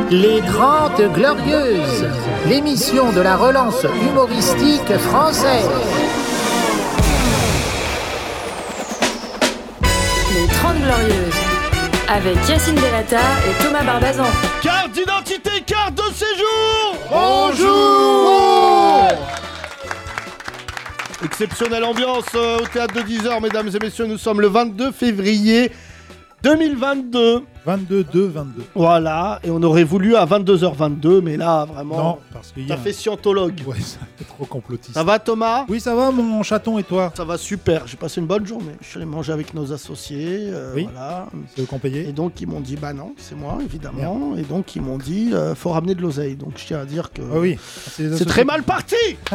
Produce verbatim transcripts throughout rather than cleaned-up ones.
Les Trente Glorieuses, l'émission de la relance humoristique française. Les Trente Glorieuses, avec Yacine Delata et Thomas Barbazan. Carte d'identité, carte de séjour. Bonjour. Exceptionnelle ambiance euh, au théâtre de dix heures, mesdames et messieurs, nous sommes le vingt-deux février deux mille vingt-deux. vingt-deux deux vingt-deux. Voilà, et on aurait voulu à vingt-deux heures vingt-deux, mais là, vraiment, Non, parce qu'il y t'as a... fait scientologue. Ouais, c'est trop complotiste. Ça va, Thomas? Oui, ça va, mon chaton, et toi? Ça va super, j'ai passé une bonne journée. Je suis allé manger avec nos associés, euh, Oui. voilà. C'est eux qu'on payait. Et donc, ils m'ont dit, bah non, c'est moi, évidemment. Et donc, ils m'ont dit, euh, faut ramener de l'oseille. Donc, je tiens à dire que Ah oui, c'est, les c'est très mal parti.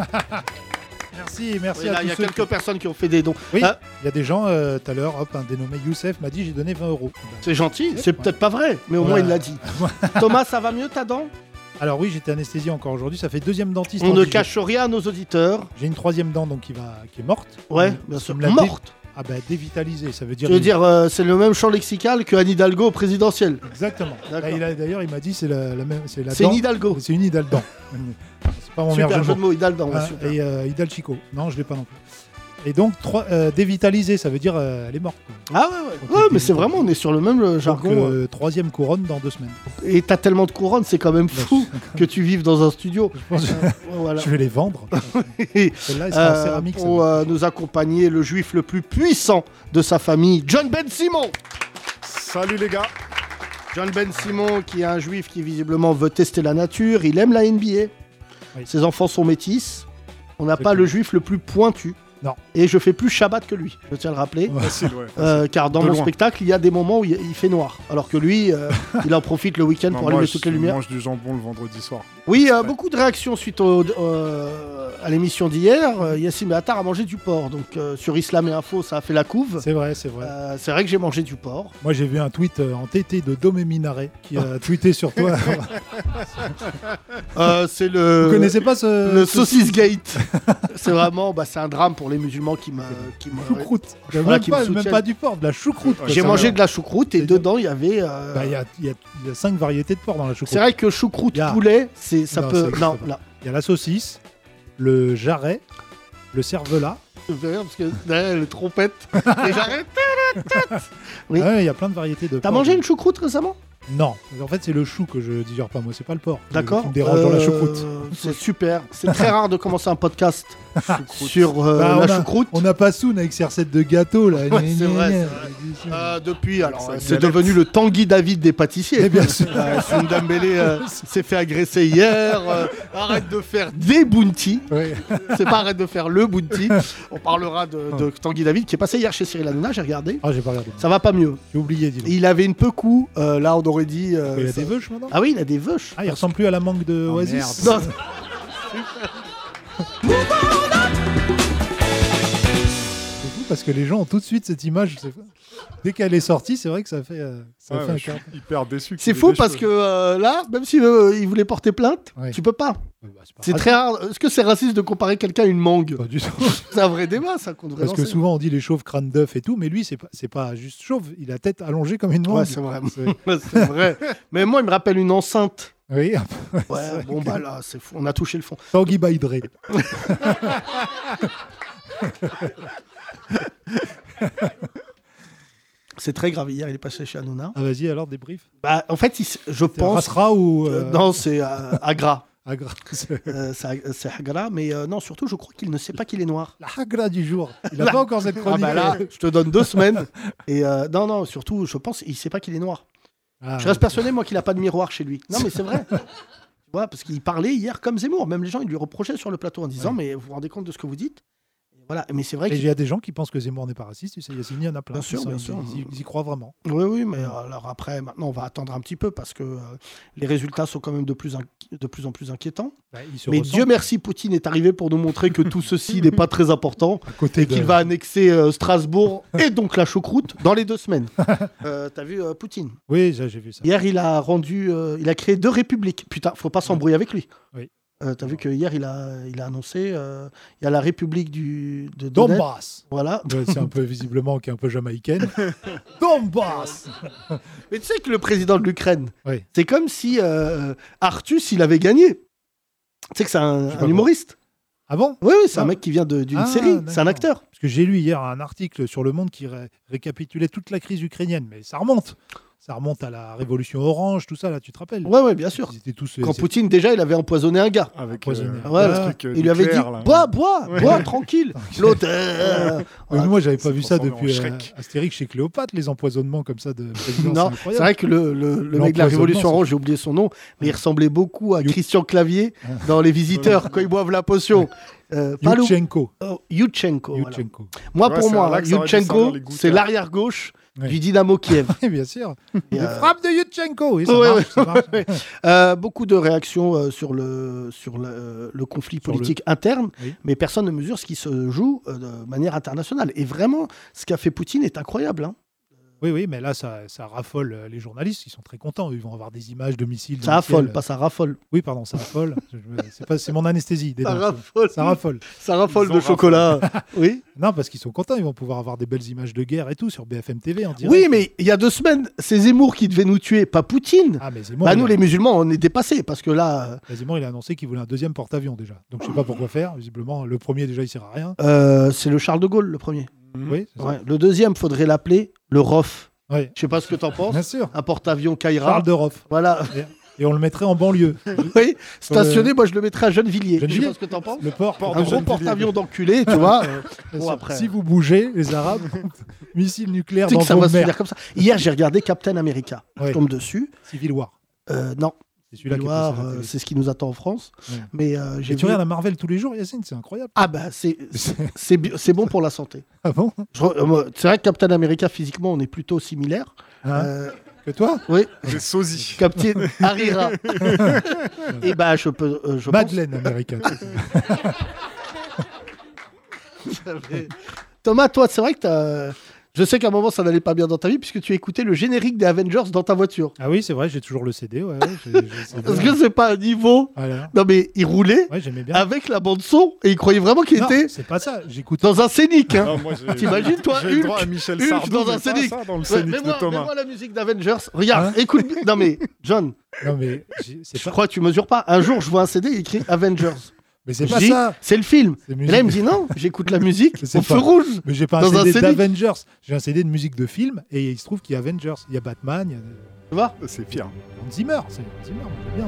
Merci, merci Oui, à là, tous il y a ceux quelques qui- personnes qui ont fait des dons. Oui, Ah, il y a des gens, euh, tout à l'heure, hop, un dénommé Youssef m'a dit j'ai donné vingt euros. c'est gentil, c'est Ouais. peut-être pas vrai, mais au Ouais. moins il l'a dit. Thomas, ça va mieux ta dent? Alors oui, j'étais anesthésié encore aujourd'hui, ça fait deuxième dentiste. On en ne dix cache rien à nos auditeurs. jours. J'ai une troisième dent donc qui, va... qui est morte. Ouais, On- bien on sûr. me l'a dé- Morte. Ah bah dévitalisée, ça veut dire... Tu veux dire, euh, c'est le même champ lexical que Anne Hidalgo au présidentiel. Exactement. D'accord. Là, il a- D'ailleurs, il m'a dit c'est la, la même... C'est, la C'est dent- une Hidalgo. C'est une Hidalgo. C'est pas mon Super meilleur jeu de mots, Hidalgo. ouais, Ah, super. et euh, Hidalchico. Non, je l'ai pas non plus. Et donc, trois, euh, dévitalisée, ça veut dire euh, elle est morte. quoi. Ah ouais, ouais. Donc, Ouais, il mais était- c'est vraiment, on est sur le même euh, Donc, jargon. euh, troisième couronne dans deux semaines. Et t'as tellement de couronnes, c'est quand même fou que tu vives dans un studio. Je pense que Euh, voilà. je vais les vendre. Et, Celle-là, elle sera en euh, céramique. pour ça. euh, nous accompagner, le juif le plus puissant de sa famille, John Ben Simon. Salut les gars. John Ben Simon, qui est un juif qui visiblement veut tester la nature, il aime la N B A. Oui. Ses enfants sont métis. On n'a C'est pas cool. le juif le plus pointu. Non. Et je fais plus Shabbat que lui, je tiens à le rappeler. Ouais. Facile, ouais. Euh, car dans De mon loin. spectacle, il y a des moments où il, il fait noir. Alors que lui, euh, il en profite le week-end Non, pour moi, allumer je toutes les lumières. mange du jambon le vendredi soir. Oui, euh, beaucoup de réactions suite au- euh, à l'émission d'hier. Euh, Yacine Attar a mangé du porc. Donc euh, sur Islam et Info, ça a fait la couve. C'est vrai, c'est vrai. Euh, c'est vrai que j'ai mangé du porc. Moi, j'ai vu un tweet euh, en T T de Domé Minaret qui a tweeté sur toi. Euh, c'est le... Vous connaissez pas ce. Le ce- Saucisse Gate. C'est vraiment, bah, c'est un drame pour les musulmans qui me, qui me- Choucroute. Voilà, même, qui me pas, même soutiennent. pas du porc, de la choucroute. quoi. J'ai Ça mangé va. de la choucroute et C'est dedans il y avait. euh, Bah, Il y, a, il y a- il y a cinq variétés de porc dans la choucroute. C'est vrai que choucroute Il y a- poulet, c'est ça Non, peut. c'est- Non, c'est- là. Il y a la saucisse, le jarret, le cervelas. Ça me fait rire parce que derrière les trompettes. Et j'arrête. Oui. Ah ouais, il y a plein de variétés de T'as porc. mangé une choucroute récemment? Non, en fait c'est le chou que je digère pas, moi c'est pas le porc. D'accord. Qui me dérange dans la Euh, choucroute. C'est super. C'est très rare de commencer un podcast sur euh, Bah, la on a- choucroute. On n'a pas Soun avec ses recettes de gâteaux là. Ouais, Gna, c'est gna, vrai, gna. Euh, depuis, alors, sa euh, c'est galette. devenu le Tanguy David des pâtissiers. Eh bien sûr. Euh, Soun Dembélé euh, s'est fait agresser hier. euh, arrête de faire des bounty. Ouais. C'est pas arrête de faire le bounty. On parlera de, de Tanguy David qui est passé hier chez Cyril Hanouna. J'ai regardé. Ah j'ai pas regardé. Ça va pas mieux. J'ai oublié, dis donc. Il avait une peu cou. euh, là, on aurait dit. euh, Il a ça- des veuches maintenant. Ah oui, il a des veuches. Ah il ressemble plus à la mangue de Oh, Oasis. merde. Non, C'est fou parce que les gens ont tout de suite cette image. c'est fou. Dès qu'elle est sortie, c'est vrai que ça fait, euh, ça Ouais, fait ouais, un je suis quart. hyper déçu. c'est qu'il ait fou des parce cheveux. que euh, là, même s'il euh, il voulait porter plainte, Ouais. tu peux pas. Ouais, bah, c'est pas C'est raciste. très rare. Est-ce que c'est raciste de comparer quelqu'un à une mangue? Pas du tout. C'est un vrai débat, ça qu'on devrait Parce que lancer. souvent on dit les chauves crâne d'œuf et tout, mais lui c'est pas, c'est pas juste chauve, il a la tête allongée comme une mangue. Ouais, c'est vrai. C'est- C'est vrai. Mais moi, il me rappelle une enceinte. Oui, Ouais, bon, bah là, c'est fou. On a touché le fond. Tanguy Baïdré. C'est très grave. Hier, il est passé chez Hanouna. Ah vas-y alors débrief. Bah, en fait, il s- je C'est pense. Rasra ou Euh, euh, non, c'est euh, Agra. Agra. C'est Euh, c'est c'est Agra, mais euh, non, surtout, je crois qu'il ne sait pas qu'il est noir. La Agra du jour. Il a La- pas encore cette Ah chronique. bah là, je te donne deux semaines. Et euh, non, non, surtout, je pense, il sait pas qu'il est noir. Ah, Je reste persuadé, moi, qu'il a pas de miroir chez lui. Non, mais c'est vrai. Tu vois, parce qu'il parlait hier comme Zemmour. Même les gens, ils lui reprochaient sur le plateau en disant, Ouais. mais vous vous rendez compte de ce que vous dites? Voilà, mais c'est vrai Et il qu'il y a des gens qui pensent que Zemmour n'est pas raciste, tu sais, Yacine, il y en a plein. Bien sûr, Ils sont- bien ils- sûr. Ils, y- ils y croient vraiment. Oui, oui, mais alors après, maintenant, on va attendre un petit peu parce que euh, les résultats sont quand même de plus, inqui- de plus en plus inquiétants. Bah, ils se Mais ressemblent Dieu merci, Poutine est arrivé pour nous montrer que tout ceci n'est pas très important à côté et de... qu'il va annexer euh, Strasbourg et donc la choucroute dans les deux semaines. Euh, T'as vu euh, Poutine? Oui, ça, j'ai vu ça. Hier, il a rendu, euh, il a créé deux républiques. Putain, faut pas s'embrouiller avec lui. Oui. Euh, T'as vu que hier il a, il a annoncé, euh, il y a la République du de Donetsk. Donbass. Voilà. Ouais, c'est un peu visiblement qui est un peu jamaïcaine. Donbass. Mais tu sais que le président de l'Ukraine, Oui. c'est comme si euh, Artus il avait gagné. Tu sais que c'est un, sais un pas humoriste. Ah bon? Oui, oui, c'est Ah. un mec qui vient de- d'une Ah, série. C'est un d'accord. acteur. Parce que j'ai lu hier un article sur Le Monde qui ré- récapitulait toute la crise ukrainienne, mais ça remonte. Ça remonte à la révolution orange, tout ça, là, tu te rappelles? Ouais, ouais, bien sûr. Ils étaient tous. Quand c'est- Poutine déjà il avait empoisonné un gars. Avec Empoisonné. euh, Ouais, le ouais. truc, euh, Il lui avait dit nucléaire, là. bois, bois, Ouais. bois, tranquille. L'autre. euh, Mais moi, j'avais pas C'est vu ça transformé en depuis euh, Shrek. Astérix chez Cléopâtre, les empoisonnements comme ça de président. Non, c'est c'est incroyable. vrai que le, le, le mec de la L'empoisonnement, Révolution c'est- Orange, j'ai oublié son nom, mais il ressemblait beaucoup à You- Christian Clavier dans Les Visiteurs quand ils boivent la potion. Euh, pas Lou- Yushchenko. oh, Yushchenko. voilà. Yushchenko. Moi, Ouais, pour c'est moi, un là que ça aurait dû servir Yushchenko, les goûteurs. c'est l'arrière gauche Ouais. du Dynamo Kiev. Oui, bien sûr. Et, Le euh, frappe de Yushchenko. Oui, ça ouais, marche. ouais, ça marche. ouais. Euh, beaucoup de réactions euh, sur le sur le, le conflit Sur le- politique interne, Oui. mais personne ne mesure ce qui se joue euh, de manière internationale. Et vraiment, ce qu'a fait Poutine est incroyable. Hein. Oui, oui, mais là, ça, ça raffole euh, les journalistes. Ils sont très contents. Ils vont avoir des images de missiles. dans Ça le raffole, ciel. pas ça raffole. Oui, pardon, ça raffole. Je- je- c'est pas- c'est mon anesthésie. des Ça dents. raffole. Ça raffole. Ça raffole Ils de en chocolat. Oui. Non, parce qu'ils sont contents. Ils vont pouvoir avoir des belles images de guerre et tout sur B F M T V en direct. Oui, mais il y a deux semaines, c'est Zemmour qui devait nous tuer, pas Poutine. Ah, mais Zemmour, Bah, il nous, a- les musulmans, on est dépassés parce que là, bah, Zemmour, il a annoncé qu'il voulait un deuxième porte-avions déjà. Donc, je sais pas pourquoi faire. Visiblement, le premier, déjà, il sert à rien. euh, c'est le Charles de Gaulle, le premier. Oui, c'est ça. Ouais. Le deuxième, faudrait l'appeler le R O F. Ouais. Je sais pas ce que t'en penses. Bien sûr. Un porte-avions Kaira. Charles de Roff. Voilà. Et on le mettrait en banlieue. Oui, stationné, moi je le mettrais à Gennevilliers. Je sais Gennevilliers. pas ce que t'en penses. Le port. Port Un de gros Gennevilliers. porte-avions d'enculé, tu vois. euh, Bien bon, sûr. après. Si vous bougez, les Arabes, missiles nucléaires Tu sais dans que ça vos va se mers. finir comme ça. Hier, j'ai regardé Captain America. Ouais. Je tombe dessus. Civil War. Euh, non, C'est celui-là qui est Loire, passé à la euh, télé. c'est ce qui nous attend en France. Ouais. Mais euh, j'ai Et tu vu... regardes la Marvel tous les jours, Yacine, c'est incroyable. Ah bah, c'est c'est bi- c'est bon pour la santé. Ah bon? Je re- euh, moi, C'est vrai que Captain America, physiquement, on est plutôt similaires. Hein Euh, Que toi? oui, J'ai sosie. Captain Harira. Et bah, je peux. euh, je Madeleine américaine. pense- Thomas, toi, c'est vrai que t'as. Je sais qu'à un moment, ça n'allait pas bien dans ta vie, puisque tu écoutais le générique des Avengers dans ta voiture. Ah oui, c'est vrai, j'ai toujours le C D. Ouais, ouais, j'ai- j'ai le C D. Parce que c'est pas un niveau. Voilà. Non, mais il roulait Ouais, j'aimais bien. avec la bande-son et il croyait vraiment qu'il Non, était c'est pas ça. J'écoute. dans un scénic. Hein. Non, moi, j'ai- T'imagines, toi, j'ai le droit Hulk, à Michel Hulk Sardou, dans mais un pas scénic. ça dans le Ouais, scénic de mets-moi, Thomas. mets-moi la musique d'Avengers. Regarde, Hein écoute. bien. Non, mais John, Non, mais j'ai- c'est je pas. crois que tu mesures pas. Un jour, je vois un C D écrit Avengers. Mais c'est Je pas dis, ça. c'est le film. C'est Et musique. là, il me dit non, j'écoute la musique Mais c'est au pas- feu rouge. Mais j'ai pas Dans un un C D C D. d'Avengers. J'ai un C D de musique de film et il se trouve qu'il y a Avengers. Il y a Batman, il y a Tu vois C'est pire. Hans Zimmer. C'est Hans Zimmer. Moi, j'aime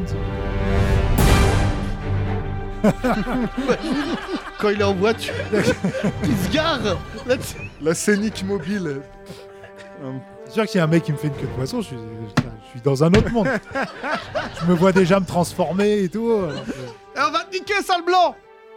bien Hans Zimmer. Quand il est en voiture, il se gare. Là-dessus. La scénique mobile. Hum, C'est sûr que s'il y a un mec qui me fait une queue de poisson, je suis, je suis dans un autre monde. Je me vois déjà me transformer et tout. alors que- Et on va te niquer, sale blanc.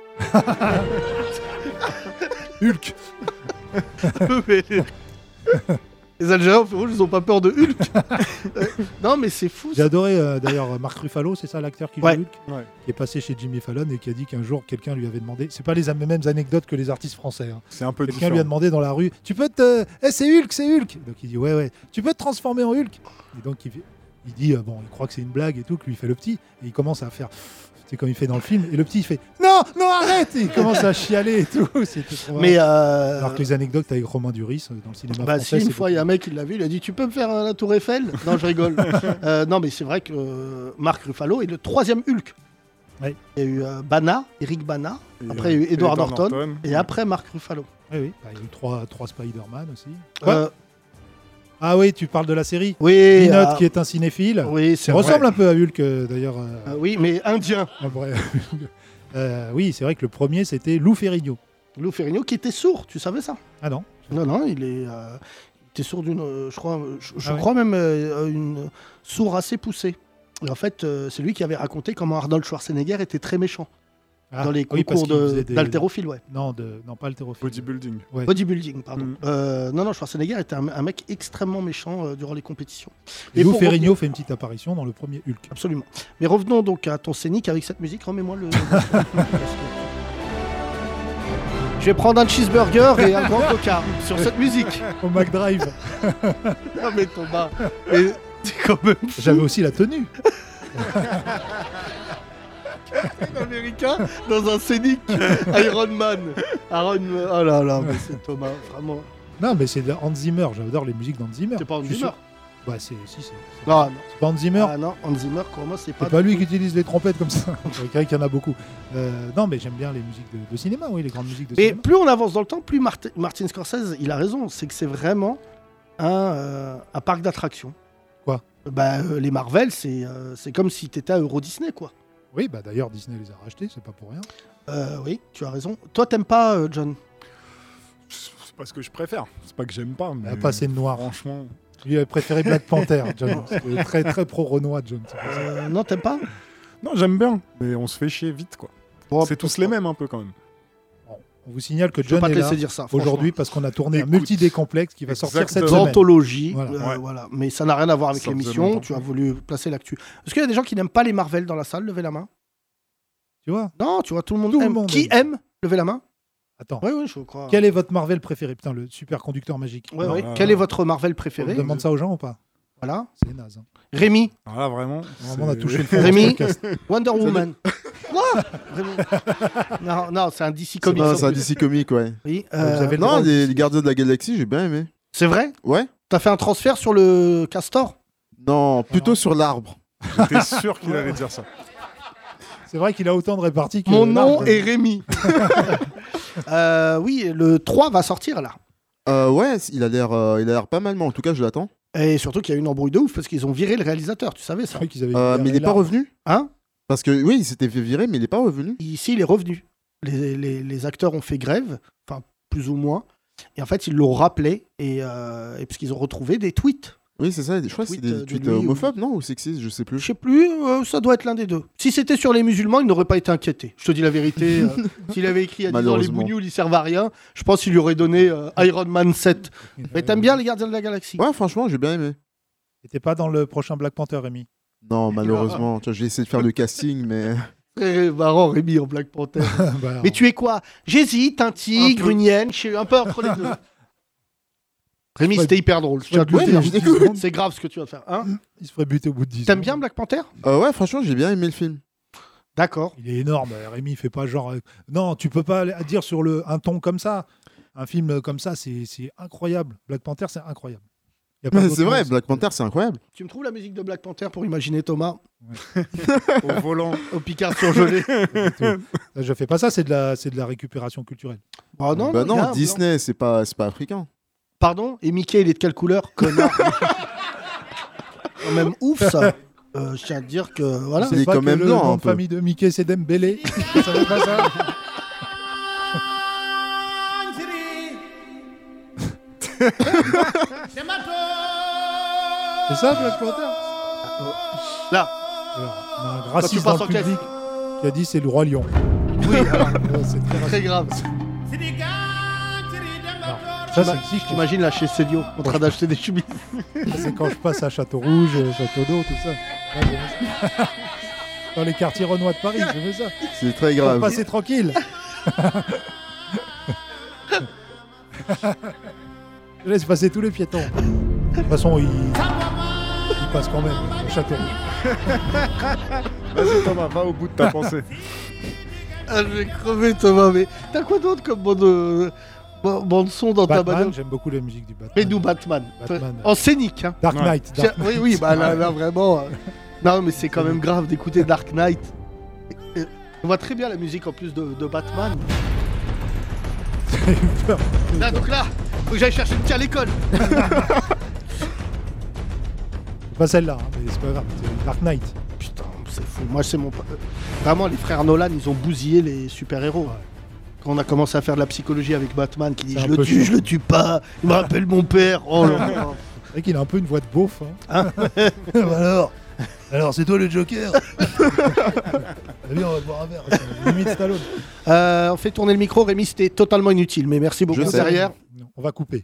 Hulk. Mais- Les Algériens au feu rouge, ils ont pas peur de Hulk. Euh, non, mais c'est fou. J'ai ça. adoré euh, d'ailleurs Marc Ruffalo, c'est ça l'acteur qui joue Ouais. Hulk, Ouais. qui est passé chez Jimmy Fallon et qui a dit qu'un jour quelqu'un lui avait demandé, c'est pas les am- mêmes anecdotes que les artistes français, hein. C'est un peu Quelqu'un différent. lui a demandé dans la rue, tu peux te, eh c'est Hulk, c'est Hulk. Donc il dit ouais ouais, tu peux te transformer en Hulk. Et donc il, fait- il dit euh, bon, il croit que c'est une blague et tout, que lui il fait le petit et il commence à faire, c'est comme il fait dans le film et le petit il fait non non arrête, et il commence à chialer et tout. C'était trop Mais marrant. euh, Alors que les anecdotes avec Romain Duris euh, dans le cinéma bah, français, si une c'est fois il y a un beaucoup- mec qui l'a vu, il a dit tu peux me faire euh, la Tour Eiffel. Non, je rigole. Euh, non, mais c'est vrai que euh, Marc Ruffalo est le troisième Hulk. Ouais. Il y a eu euh, Bana, Eric Bana. Et, Après, il y a eu euh, Edward Edward Norton. Et après Marc Ruffalo. Oui oui, bah, il y a eu trois trois Spider-Man aussi. Quoi Euh, Ah oui, tu parles de la série. oui, Peanut euh, qui est un cinéphile. oui, Ça c'est ressemble vrai. un peu à Hulk euh, d'ailleurs. euh, Euh, oui, mais indien. en vrai. Euh, oui, c'est vrai que le premier c'était Lou Ferrigno. Lou Ferrigno qui était sourd, tu savais ça? Ah non. Non, non, il est, euh, il était sourd d'une, euh, je crois, euh, je, je Ah ouais. crois même euh, une sourd assez poussée. Et en fait, euh, c'est lui qui avait raconté comment Arnold Schwarzenegger était très méchant Ah, dans les oui, parce concours qu'il de- faisait des- d'haltérophile, ouais. Non, de... non, pas haltérophile. Bodybuilding. Ouais. Bodybuilding, pardon. Mm. Euh, non, non, Schwarzenegger était un, un mec extrêmement méchant euh, durant les compétitions. Et Lou pour Ferrigno fait une petite apparition dans le premier Hulk. Absolument. Mais revenons donc à ton scénic avec cette musique. Remets-moi le. Parce que- Je vais prendre un cheeseburger et un grand coca sur cette musique. Au McDrive. Non mais Thomas, mais c'est quand même fou. J'avais aussi la tenue. Captain America dans un scénic Iron Man. Iron Man. Oh là là, mais c'est Thomas, vraiment. Non, mais c'est de Hans Zimmer. J'adore les musiques d'Hans Zimmer. C'est pas Hans Je suis Zimmer. sûr. Bah, c'est. Si, c'est. c'est- Non, non. C'est pas Hans Zimmer. Ah non, Hans Zimmer, pour moi, c'est pas. C'est pas lui qui utilise les trompettes comme ça. C'est vrai qu'il y en a beaucoup. Euh, non, mais j'aime bien les musiques de, de cinéma, oui, les grandes musiques de Et cinéma. plus on avance dans le temps, plus Marti- Martin Scorsese, il a raison. C'est que c'est vraiment un, euh, un parc d'attractions. Quoi ? Bah, euh, les Marvel, c'est euh, c'est comme si t'étais à Euro Disney, quoi. Oui, bah d'ailleurs, Disney les a rachetés, c'est pas pour rien. Euh, oui, tu as raison. Toi, t'aimes pas, euh, John? C'est pas ce que je préfère. C'est pas que j'aime pas, Il mais a pas assez de noir. franchement. Lui a préféré Black Panther, John. C'est très, très pro-Renoir, John. c'est pour ça. Euh, Non, t'aimes pas? Non, j'aime bien, mais on se fait chier vite, quoi. Bon, C'est tous les mêmes un peu quand même. Bon, on vous signale que Je peux John pas te est là laisser dire ça. franchement. aujourd'hui parce qu'on a tourné un Écoute. multi-décomplexe qui va sortir cette Exactement. semaine. D'anthologie, Voilà. euh, Ouais. voilà. Mais ça n'a rien à voir avec Ça faisait l'émission. longtemps. Tu as voulu placer l'actu. Est-ce qu'il y a des gens qui n'aiment pas les Marvel dans la salle? Levez la main. Tu vois? Non, tu vois, tout le monde Tout le aime. monde Qui aime. aime? Levez la main. Attends. Oui, oui, je crois. Quel est votre Marvel préféré? Putain, le superconducteur magique. Ouais, Non, ouais. Ah. Quel est votre Marvel On préféré? demande ça aux gens ou pas? Voilà. C'est naze. hein. Rémi, Alors là, vraiment. Vraiment, on a c'est- touché le fond de Rémi. ce podcast. Wonder Woman. Quoi? Rémi. Non, non, c'est un D C Comics. Non, en c'est un plus. D C Comics, ouais. Oui. Vous euh, avez le droit Non, au les, D C. les Gardiens de la Galaxie, j'ai bien aimé. C'est vrai? Ouais? T'as fait un transfert sur le Castor? Non, plutôt sur l'arbre. J'étais sûr qu'il allait dire ça. C'est vrai qu'il a autant de réparties que. Mon nom l'arbre. est Rémi. Euh, oui, le trois va sortir là. Euh, ouais, il a l'air euh, il a l'air pas mal, mais en tout cas, je l'attends. Et surtout qu'il y a eu une embrouille de ouf parce qu'ils ont viré le réalisateur, tu savais C'est ça? vrai qu'ils avaient Euh, viré mais il est pas l'arbre. revenu. Hein? Parce que oui, il s'était fait virer, mais il est pas revenu. Ici, il est revenu. Les, les- les acteurs ont fait grève, enfin plus ou moins. Et en fait, ils l'ont rappelé et, euh, et parce qu'ils ont retrouvé des tweets. Oui, c'est ça. Je crois que c'est Tweet, euh, des de tweets lui, homophobes, non? Ou sexistes, je sais Je plus. sais plus, euh, ça doit être l'un des deux. Si c'était sur les musulmans, il n'aurait pas été inquiété. Je te dis la vérité. euh, S'il avait écrit à dix ans les Malheureusement. bougnoules, ils servent à rien, je pense qu'il lui aurait donné euh, Iron Man sept. Mais t'aimes bien les Gardiens de la Galaxie? Ouais, franchement, j'ai bien aimé. T'étais pas dans le prochain Black Panther, Rémi. Non, malheureusement. Tu vois, j'ai essayé de faire le casting, mais. Très marrant, Rémi, en Black Panther. Bah, alors, Mais tu es quoi? J'hésite, un tigre, Un peu. une hyène, je suis un peu entre les deux. Rémi, Ouais, c'était hyper drôle. Je tiens à te ouais, le mais dire. je t'écoute. C'est grave ce que tu vas faire. Hein? Il se ferait buter au bout de dix T'aimes ans. bien Black Panther? Euh, ouais, franchement, j'ai bien aimé le film. D'accord. Il est énorme. euh, Rémi, il fait pas genre. euh, Non, tu peux pas aller- dire sur le un ton comme ça. Un film comme ça, c'est c'est incroyable. Black Panther, c'est incroyable. Y a pas Mais d'autre c'est vrai, mot, Black Panther, c'est incroyable. Tu me trouves la musique de Black Panther pour imaginer Thomas Au volant. au Picard surgelé? Euh, Je fais pas ça, c'est de la, c'est de la récupération culturelle. Bah non, bah non, non, gars, Disney, c'est pas, c'est pas africain. Pardon? Et Mickey, il est de quelle couleur? Connard. Quand même ouf ça. Euh, je tiens à te dire que voilà. Il est pas quand que même le blanc, nom un de peu. famille de Mickey, c'est Dembélé. Vous savez pas ça? C'est ça, Black Panther? Là. Alors, on a un tu raciste passes dans en le caisse. public qui a dit c'est le roi lion. Oui, alors, Ouais, c'est très très grave. Alors, ça, c'est si je J'imagine là chez Célio en train d'acheter des chemises. c'est quand je passe à Château-Rouge, euh, Château-d'Eau, tout ça. Ouais, j'aime ça. Dans les quartiers renois de Paris, je veux ça. C'est très Pour grave. passer tranquille. Je laisse passer tous les piétons. De toute façon, ils, ils passent quand même au Château-Rouge. Vas-y, Thomas, va au bout de ta pensée. Ah, je vais crever Thomas, mais t'as quoi d'autre comme bande, euh, ban- bande son dans ta Batman, bagnole? j'aime beaucoup la musique du Batman. Mais nous Batman. Batman. En scénique, hein. Dark Ouais. Knight. Tiens, Dark... oui, oui, bah là, là vraiment. euh, Non, mais c'est quand même grave d'écouter Dark Knight. Et- et On voit très bien la musique en plus de, de Batman. Là, donc là, faut que j'aille chercher le petit à l'école. Pas celle-là, hein, mais c'est pas grave. C'est Dark Knight. Putain, c'est fou. Moi, c'est mon. euh, Vraiment, les frères Nolan, ils ont bousillé les super-héros. Ouais. Quand on a commencé à faire de la psychologie avec Batman, qui dit C'est je un le peu tue, chiant. je le tue pas, il me rappelle mon père. Oh là là. C'est vrai qu'il a un peu une voix de beauf. Hein. Bah alors, alors c'est toi le Joker. Allez, on va boire un verre. C'est limite Stallone. Euh, on fait tourner le micro, Rémi, c'était totalement inutile, mais merci beaucoup. Je sais. Derrière, Non, on va couper.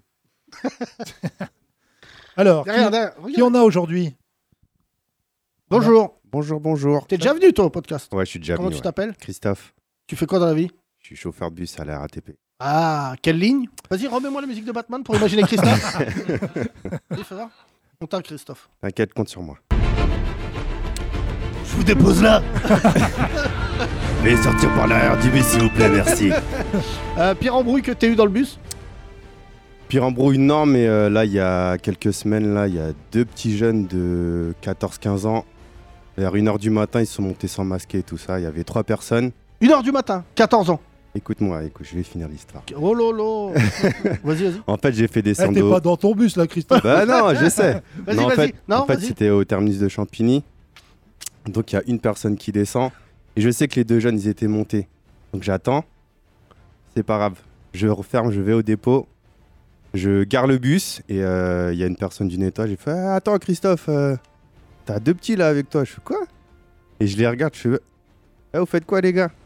Alors, qui, derrière, derrière. qui on a aujourd'hui? Bonjour. Bonjour, bonjour. T'es déjà venu toi au podcast? Ouais, je suis déjà Comment venu. tu ouais. t'appelles? Christophe, Tu fais quoi dans la vie? je suis chauffeur de bus à la R A T P. Ah, quelle ligne? Vas-y, remets-moi la musique de Batman pour imaginer Christophe. Vas-y, fais ça. On t'a Christophe. T'inquiète, compte sur moi. Je vous dépose là. Veuillez sortir par l'arrière du bus, s'il vous plaît, merci. Euh, pire embrouille que t'as eu dans le bus? Pire embrouille, non, mais euh, là, il y a quelques semaines, là, il y a deux petits jeunes de quatorze quinze ans. Vers une heure du matin, ils sont montés sans masquer et tout ça. Il y avait trois personnes. une heure du matin, quatorze ans. Écoute-moi, écoute, je vais finir l'histoire. Oh lolo. Vas-y, vas-y. En fait, j'ai fait Eh, descendre t'es au- pas dans ton bus là, Christophe. Bah non, je sais. Vas-y, Non, en vas-y. fait, Non, en fait, vas-y. c'était au terminus de Champigny. Donc, il y a une personne qui descend. Et je sais que les deux jeunes, ils étaient montés. Donc, j'attends. C'est pas grave. Je referme, je vais au dépôt. Je gare le bus. Et il euh, y a une personne du nettoyage. J'ai fait ah, attends, Christophe, euh, t'as deux petits là avec toi. Je fais quoi? Et je les regarde. Je fais ah, vous faites quoi, les gars?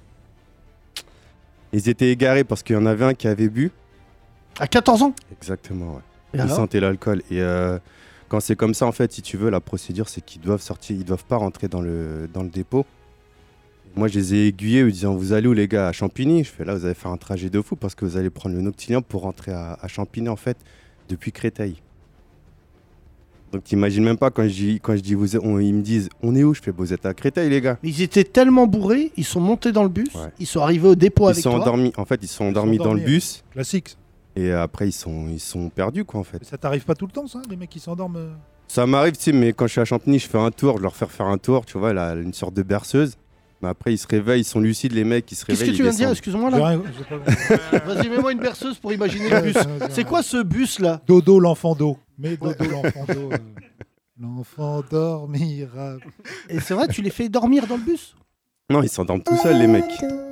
Ils étaient égarés parce qu'il y en avait un qui avait bu. À quatorze ans. Exactement, ouais. Et Ils alors sentaient l'alcool. Et euh, quand c'est comme ça, en fait, si tu veux, la procédure, c'est qu'ils doivent sortir, ils doivent pas rentrer dans le, dans le dépôt. Moi, je les ai aiguillés, en disant vous allez où, les gars? À Champigny. Je fais là, vous allez faire un trajet de fou parce que vous allez prendre le Noctilien pour rentrer à, à Champigny, en fait, depuis Créteil. Donc, t'imagines même pas quand je dis, quand je dis vous, on- ils me disent on est où? Je fais vous êtes à Créteil, les gars. Mais ils étaient tellement bourrés, ils sont montés dans le bus, Ouais. ils sont arrivés au dépôt Ils avec sont toi. endormis. En fait, ils sont endormis dans le endormis, bus Classique. et après, ils sont, ils sont perdus, quoi, en fait. Ça t'arrive pas tout le temps, ça, les mecs qui s'endorment euh Ça m'arrive, tu sais, mais quand je suis à Champigny, je fais un tour, je leur fais faire un tour, tu vois, là, une sorte de berceuse. Mais après, ils se réveillent, ils sont lucides, les mecs, ils se Qu'est-ce réveillent. que tu ils viens de dire? descendent. Excuse-moi J'ai là. rien- j'ai pas- Vas-y, mets-moi une berceuse pour imaginer le bus. C'est quoi ce bus là? Dodo, l'enfant d'eau. Mais Dodo, l'enfant d'eau. euh, L'enfant dormira. Et c'est vrai, tu les fais dormir dans le bus? Non, ils s'endorment tout seuls, les mecs.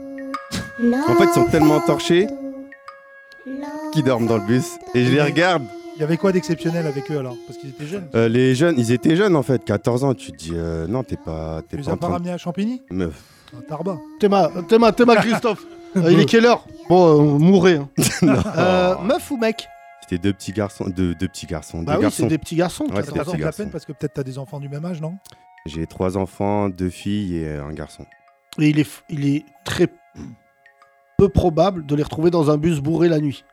En fait, ils sont tellement torchés qu'ils dorment dans le bus. Et je les regarde. Il y avait quoi d'exceptionnel avec eux alors? Parce qu'ils étaient jeunes. Euh, les jeunes, ils étaient jeunes en fait, quatorze ans. Tu te dis, euh, non, t'es pas, Tu t'es les pas as en pas train ramenés à Champigny? de... Meuf. Un tarba. Théma, Théma, Théma, Christophe. Euh, il est quelle heure? Bon, euh, mourrez. hein. Non. Euh, meuf ou mec? C'était deux petits garçons, deux, deux petits garçons, Bah deux oui, garçons. c'est des petits garçons. Ouais, toi, c'est Ça des t'as te petits fait de la garçons. peine parce que peut-être t'as des enfants du même âge, non? J'ai trois enfants, deux filles et un garçon. Et il est, f- il est très peu probable de les retrouver dans un bus bourré la nuit.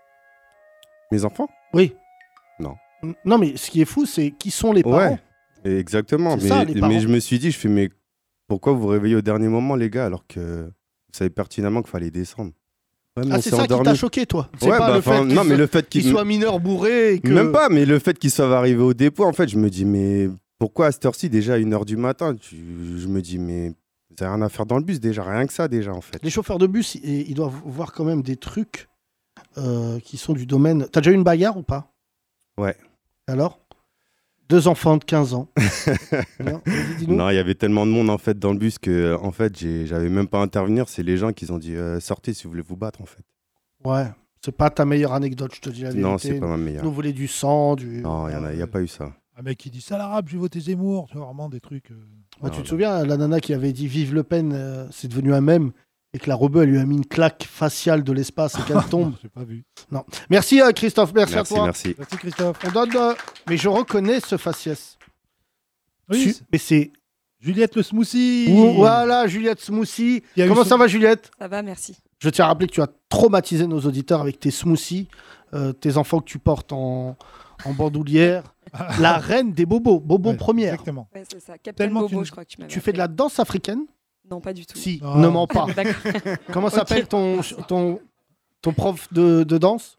Mes enfants? Oui. Non. N- Non, mais ce qui est fou, c'est qui sont les parents. Ouais, exactement. C'est Mais, ça, les parents. mais je me suis dit, je fais, mais pourquoi vous vous réveillez au dernier moment, les gars, alors que vous savez pertinemment qu'il fallait descendre? Ouais, mais Ah, on c'est s'est ça qui endormi. t'a choqué, toi. C'est Ouais, pas bah, le enfin, fait qu'il non, mais soit, le fait qu'il qu'il soit mineur bourré et que... Même pas, mais le fait qu'ils soient arrivés au dépôt, en fait, je me dis, mais pourquoi à cette heure-ci, déjà à une heure du matin, tu- je me dis, mais vous avez rien à faire dans le bus, déjà, rien que ça, déjà, en fait. Les chauffeurs de bus, ils, ils doivent voir quand même des trucs euh, qui sont du domaine... T'as déjà eu une bagarre ou pas? Ouais. Alors? Deux enfants de quinze ans. Non, vas-y, dis-nous. Non, il y avait tellement de monde, en fait, dans le bus que, en fait, j'ai- j'avais même pas à intervenir. C'est les gens qui ont dit, euh, sortez si vous voulez vous battre, en fait. Ouais, c'est pas ta meilleure anecdote, je te dis la vérité. Non, c'est pas ma meilleure. Nous voulait du sang, du... Non, il y en a, il y a pas eu ça. Un mec qui dit ça l'arabe, j'ai voté Zemmour. Tu vois, vraiment des trucs. euh, Ouais, Non, tu te non. souviens, la nana qui avait dit Vive Le Pen, euh, c'est devenu un mème, et que la rebeu, elle lui a mis une claque faciale de l'espace et qu'elle tombe. J'ai pas vu. Merci euh, Christophe, merci, Merci, à toi. merci. Merci Christophe. On donne... euh, Mais je reconnais ce faciès. Oui, Su- c'est- Mais c'est... Juliette le smoothie. Ouh, voilà, Juliette Smoothie. Il y a eu Comment son- ça va, Juliette? Ça va, merci. Je tiens à rappeler que tu as traumatisé nos auditeurs avec tes smoothies, euh, tes enfants que tu portes en, en bandoulière. La reine des bobos, bobo Ouais, première. Exactement. Ouais, c'est ça. Captain Tellement Bobo, tu- je crois que tu m'avais Tu fais de la danse africaine? appelé. Non, pas du tout. Si, Ah. ne mens pas. D'accord. Comment s'appelle ton, ton, ton prof de, de danse?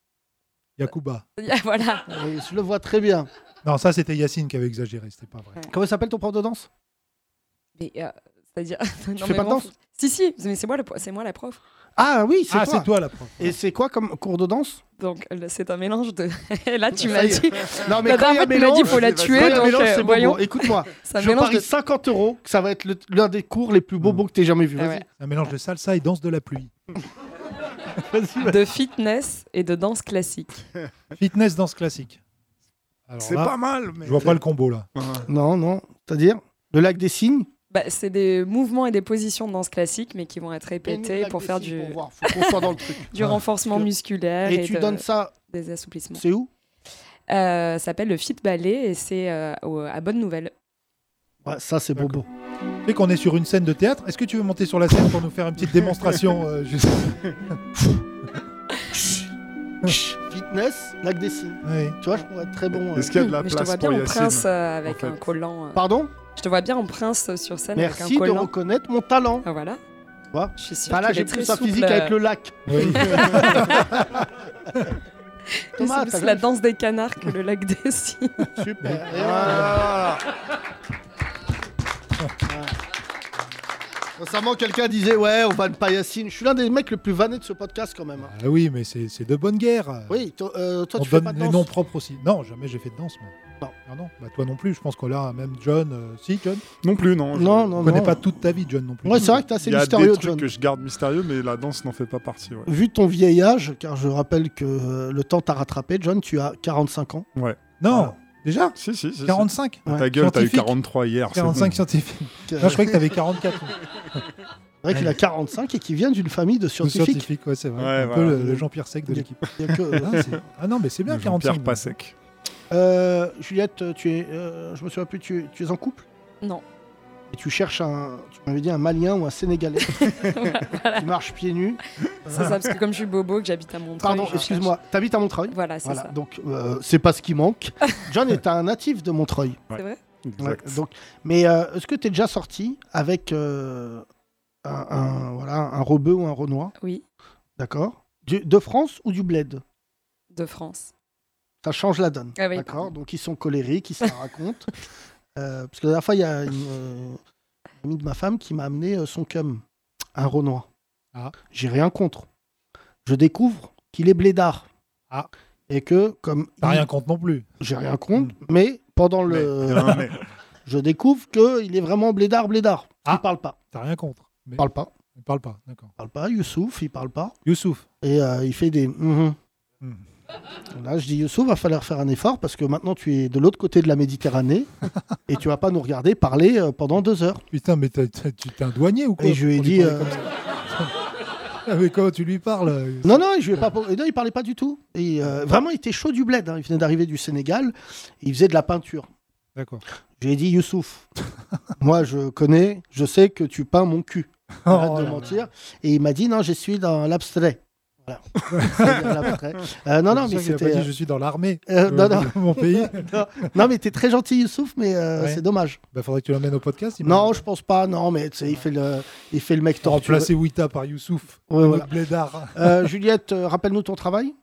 Yakuba. Voilà. Oui, je le vois très bien. Non, ça c'était Yacine qui avait exagéré, c'était pas vrai. Comment s'appelle ton prof de danse? Mais, euh, c'est-à-dire... Tu fais pas de danse? Si, si, mais c'est moi, le- c'est moi la prof. Ah oui, c'est Ah, toi. c'est toi la prof. Et c'est quoi comme cours de danse? Donc, euh, c'est un mélange de... Et là, tu Ça m'as y est. dit... Non, mais La quand il y dernière a fois, tu m'as dit mélange, il faut la quand tuer, il y a donc mélange, euh, c'est bobo. voyons. Écoute-moi, C'est un je mélange parie de... cinquante euros que ça va être le- l'un des cours les plus bobos que t'aies jamais vu. Ah Vas-y. ouais. Un mélange de salsa et danse de la pluie. Vas-y, vas-y. de fitness et de danse classique. Fitness, danse classique. Alors C'est là, pas mal, mais. je vois pas le combo là. Non, non. C'est-à-dire le lac des cygnes. Bah, c'est des mouvements et des positions de danse classique, mais qui vont être Mets-nous le répétés lac pour des faire cygnes du, pour voir. Faut qu'on soit dans le truc. du Ah. renforcement musculaire et, Et tu de- donnes ça, des assouplissements. c'est où? Euh, ça s'appelle le Fit Ballet et c'est euh, au- à Bonne Nouvelle. Ouais, ça, c'est D'accord. bobo. Tu sais qu'on est sur une scène de théâtre. Est-ce que tu veux monter sur la scène pour nous faire une petite démonstration euh, juste... Fitness, lac des cygnes. Ouais. Tu vois, je pourrais être très bon. euh. Est-ce qu'il y a de la Mais je te vois place bien pour en prince Yacine euh, avec en fait. un collant. euh. Pardon? Je te vois bien en prince sur scène avec Merci un de collant. reconnaître mon talent. Ah, voilà. vois. Je suis sûre Enfin, là, qu'il j'ai est très plus sa souple, physique euh, avec le lac. Oui. Thomas, c'est t'as plus la vu danse des canards que le lac des cygnes. Super. Et voilà. Récemment, quelqu'un disait ouais, on vanne pas Yacine. Je suis l'un des mecs le plus vannés de ce podcast quand même. hein. Ah oui, mais c'est c'est de bonne guerre. Oui, to- euh, toi On tu fais donne pas de les danse. noms propres aussi. Non, jamais j'ai fait de danse, moi. Non. Ah non, bah toi non plus. Je pense qu'on l'a, même John. euh, Si, John. Non plus, non. je- Non, non, On connaît non. pas toute ta vie, John, non plus. Ouais, c'est vrai que t'es assez Il y a mystérieux, des trucs John. que je garde mystérieux, mais la danse n'en fait pas partie. Ouais. Vu ton vieil âge, car je rappelle que euh, le temps t'a rattrapé, John, tu as quarante-cinq ans. Ouais. Non, Voilà. déjà Si, si, si. si. quarante-cinq Ouais. Ta gueule, t'as eu Scientifique. quarante-trois hier. c'est quarante-cinq bon. scientifiques. Euh, Non, je croyais que t'avais quarante-quatre. C'est vrai qu'il a quarante-cinq et qu'il vient d'une famille de Ou scientifiques. Scientifique, ouais, c'est vrai. Ouais, un voilà. peu le, le Jean-Pierre Sec de Il y a- l'équipe. il y a que- Ah, c'est- ah non, mais c'est bien, Jean-Pierre quarante-cinq. Passec. Euh, Juliette, tu es, euh, je me souviens plus, tu es, tu es en couple Non. et tu cherches un, tu m'avais dit un Malien ou un Sénégalais qui marche pieds nus. C'est ça, parce que comme je suis bobo, que j'habite à Montreuil. Pardon, je excuse-moi, t'habites à Montreuil cherche. Voilà, c'est Voilà, ça. donc euh, c'est pas ce qui manque. John est un natif de Montreuil. C'est vrai Ouais, Exact. donc, mais euh, est-ce que tu es déjà sorti avec euh, un, un- voilà, un rebeu ou un renois Oui, D'accord Du- De France ou du bled de France. Ça change la donne. Ah oui, D'accord pardon. Donc ils sont colériques, ils se la racontent. Euh, parce que la dernière fois, il y a une euh, amie de ma femme qui m'a amené euh, son cum, un renois. Ah. J'ai rien contre. Je découvre qu'il est blédard. Ah. Et que, comme. T'as il- rien contre non plus. J'ai rien contre, mais pendant Mais, le. il y a un mais. Je découvre qu'il est vraiment blédard, blédard. Ah. Il parle pas. T'as rien contre. Mais Il parle pas. il parle pas, d'accord. Il parle pas. Youssouf, il parle pas. Youssouf. Et euh, il fait des. mhm. Hmm. Là, je dis Youssouf, va falloir faire un effort parce que maintenant tu es de l'autre côté de la Méditerranée et tu vas pas nous regarder parler euh, pendant deux heures. Putain, mais t'as- t'as- tu t'es un douanier ou quoi Et je lui ai pour dit. parler euh, comme ça Ah, mais comment tu lui parles euh, Non, non, je lui ai pas. Et non, il parlait pas du tout. Et, euh, vraiment, il était chaud du bled. hein. Il venait d'arriver du Sénégal. Et il faisait de la peinture. D'accord. Je lui ai dit Youssouf, moi je connais, je sais que tu peins mon cul. Arrête Oh de là mentir. Et il m'a dit non, je suis dans l'abstrait. Voilà. C'est-à-dire l'abstrait. Euh, non, non, C'est mais sûr qu'il a pas c'était. dit, je suis dans l'armée. euh, non, non. Mon pays. non, non, mais t'es très gentil, Youssouf, mais euh, Ouais. c'est dommage. Bah, faudrait que tu l'emmènes au podcast. il Non, m'a- je pense pas. Non, mais tu sais, il fait le, il fait le mec T'as torturé. remplacé Wita par Youssouf. Ouais, un voilà. autre blédard. Euh, Juliette, euh, rappelle-nous ton travail.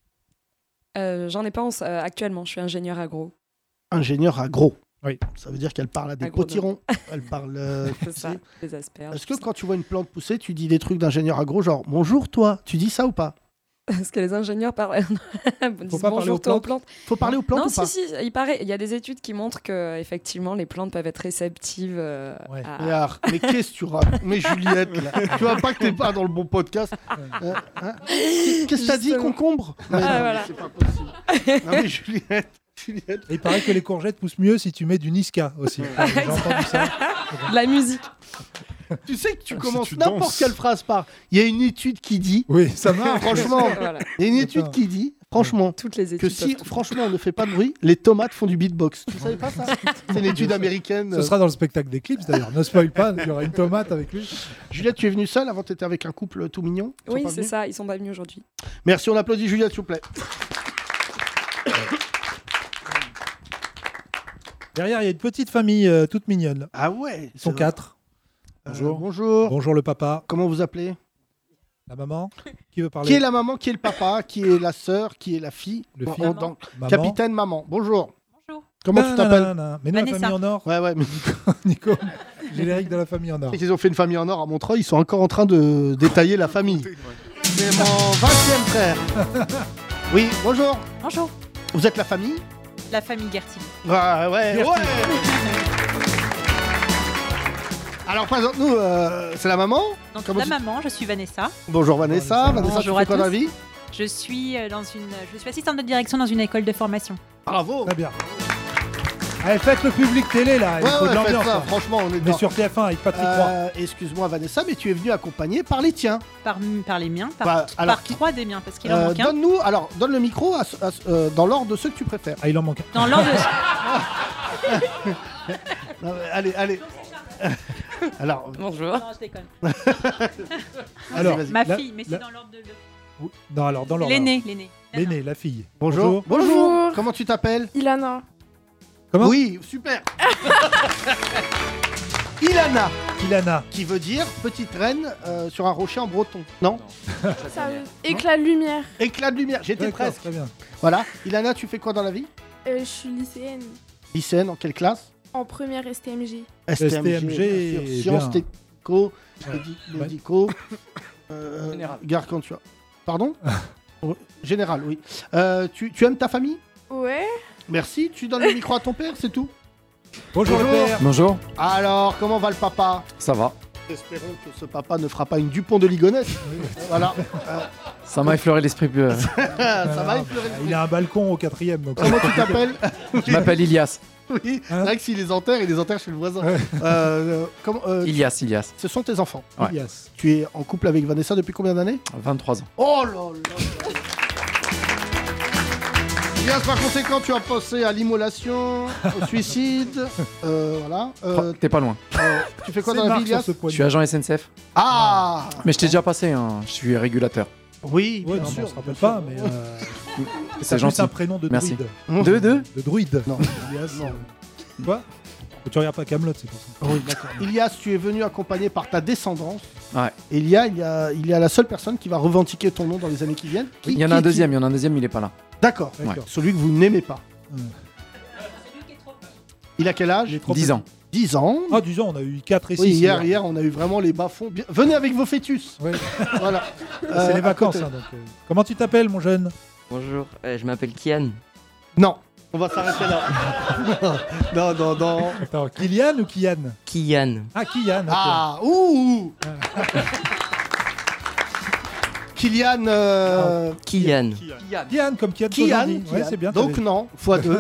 Euh, J'en ai pas en- euh, actuellement, je suis ingénieur agro. Ingénieur agro. Oui. Ça veut dire qu'elle parle à des Agronome. potirons. Elle parle. euh, C'est ça, des asperges. Est-ce que quand tu vois une plante pousser, tu dis des trucs d'ingénieur agro, genre bonjour toi, tu dis ça ou pas? Parce que les ingénieurs parlent. disent pas parler bonjour aux toi aux plantes. plantes. Faut parler aux plantes Non, ou pas? si, si, il paraît. Il y a des études qui montrent que effectivement les plantes peuvent être réceptives euh, Ouais. à- Mais, ah, mais qu'est-ce que tu racontes? Mais Juliette, là, tu vois pas que t'es pas dans le bon podcast. Euh, hein Qu'est-ce que t'as dit, Justement. concombre? Mais non, mais voilà. c'est pas possible. Non mais Juliette, Juliette. Et il paraît que les courgettes poussent mieux si tu mets du Niska aussi. J'ai entendu ça. de la musique. Tu sais que tu Si commences tu n'importe danses. quelle phrase par. Il y a une étude qui dit. Oui, ça marche. Franchement, Voilà. il y a une étude Attends. qui dit, franchement, Toutes les études. que si peuvent tout- franchement on ne fait pas de bruit, les tomates font du beatbox. Tu savais pas ça? C'est une étude américaine. Ce sera dans le spectacle d'Eclipse d'ailleurs. Ne spoil pas, il y aura une tomate avec lui. Juliette, tu es venue seule, avant tu étais avec un couple tout mignon. Ils sont Oui, pas c'est venus ça. Ils sont pas venus aujourd'hui. Merci, on applaudit Juliette, s'il vous plaît. Derrière, il y a une petite famille euh, toute mignonne. Ah ouais. Ils sont c'est- quatre. Euh, Bonjour. bonjour. Bonjour le papa, Comment vous appelez? la maman. Qui veut parler? Qui est la maman, qui est le papa, qui est la sœur, qui est la fille? Le Bon, fils. on- dans- Maman. Capitaine maman. Bonjour. Bonjour. Comment tu t'appelles? Nanana. Mais nous, la Vanessa. famille en or. Ouais, ouais, mais Nico, générique de la famille en or. ils ont fait une famille en or à Montreuil, ils sont encore en train de détailler la famille. C'est mon vingtième frère. Oui, bonjour. Bonjour. Vous êtes la famille? La famille Gertil. Ouais, ouais, ouais. Alors, présente-nous, euh, c'est la maman? Donc Comment la tu- maman, je suis Vanessa. Bonjour Vanessa. Vanessa. Vanessa, tu Bonjour fais à quoi dans la tous. vie? Je suis euh, dans une, je suis assistante de direction dans une école de formation. Bravo. Très bien. Allez, faites le public télé là, il Ouais, faut ouais, de faites l'ambiance. ça, là. franchement, on est On est dedans. sur T F un avec Patrick Roy. Euh, Excuse-moi Vanessa, mais tu es venu accompagné par les tiens. Par, par les miens, par, Bah, alors, par qui- trois des miens, parce qu'il en Euh, manque un. Donne-nous, alors, donne le micro à ce- à ce- euh, dans l'ordre de ceux que tu préfères. Ah, il en manque un. Dans l'ordre de... Non, mais allez, allez. Alors, Bonjour. Non, je déconne. Alors, vas-y. Ma la- fille, mais c'est la- dans l'ordre de... Oui. Non, alors dans l'ordre. L'aîné, l'aîné. L'aîné, la fille. bonjour. Bonjour. Comment tu t'appelles? Ilana. Comment Oui, super. Ilana, qui Ilana. Qui veut dire petite reine euh, sur un rocher en breton. Non, Ça veut- Éclat de lumière. Éclat de lumière, j'étais D'accord, presque. très bien. Voilà. Ilana, tu fais quoi dans la vie? Euh, je suis lycéenne Lycéenne, en quelle classe? en première S T M J. S T M G, S T M G, bien sûr. Sciences bien. technico, Ouais. médi- Ouais. médicaux, euh, Général. gargantua. Pardon? Oui, général, oui. Euh, tu, tu aimes ta famille? Ouais. Merci, tu donnes le micro à ton père, c'est tout. Bonjour, Bonjour. le père. Bonjour, Alors, comment va le papa? ça va. Espérons que ce papa ne fera pas une Dupont de Ligonnès. Voilà. Euh, Ça m'a effleuré l'esprit. euh. ça va effleurer le Il a un balcon au quatrième. Donc Comment tu t'appelles? Je m'appelle Ilias. Oui, c'est Hein vrai que s'il les enterre, il les enterre chez le voisin. Ouais. Euh, comment, euh, Ilias, Ilias. ce sont tes enfants. Ouais. Ilias. Tu es en couple avec Vanessa depuis combien d'années? vingt-trois ans. Oh là là. Bien, par conséquent, tu as pensé à l'immolation, au suicide. Euh, voilà. Euh, T'es pas loin. euh, tu fais quoi C'est dans la marque vie, sur Ilias? ce Je poignet. suis agent S N C F. Ah Mais je t'ai déjà passé, hein. Je suis régulateur. Oui, Ouais, bien non, mais sûr. on se rappelle bien pas, sûr. mais euh, C'est t'as gentil. un prénom de Merci. druide. Deux, deux De druide. Non. Ilias. Non. euh, Quoi? Tu regardes pas Camelot, c'est pour ça. Oui, d'accord. Ilias, tu es venu accompagné par ta descendance. Ouais. Et il y a, il y a, il y a la seule personne qui va revendiquer ton nom dans les années qui viennent. Qui- Il y en qui- a un qui- deuxième, il y en a un deuxième, il est pas là. D'accord. D'accord. Celui que vous n'aimez pas. Ouais. Il a quel âge? Il est trop dix petit. ans. dix ans. Ah, dix ans, on a eu quatre et six. Oui, hier, hier, on a eu vraiment les bas-fonds. Bien- Venez avec vos fêtus. Ouais. Voilà. C'est Euh, les à vacances. côté. hein, donc, euh, Comment tu t'appelles, mon jeune? Bonjour, euh, je m'appelle Kian. Non, on va s'arrêter là. non, non, non. Attends, Kylian ou Kian? Kian. Ah, Kian. ok. Ah, ouh Kylian. euh, Kylian. Kian, comme Kian. Kian. aujourd'hui. Ouais, Kian. c'est bien. Donc t'avais- non, fois deux.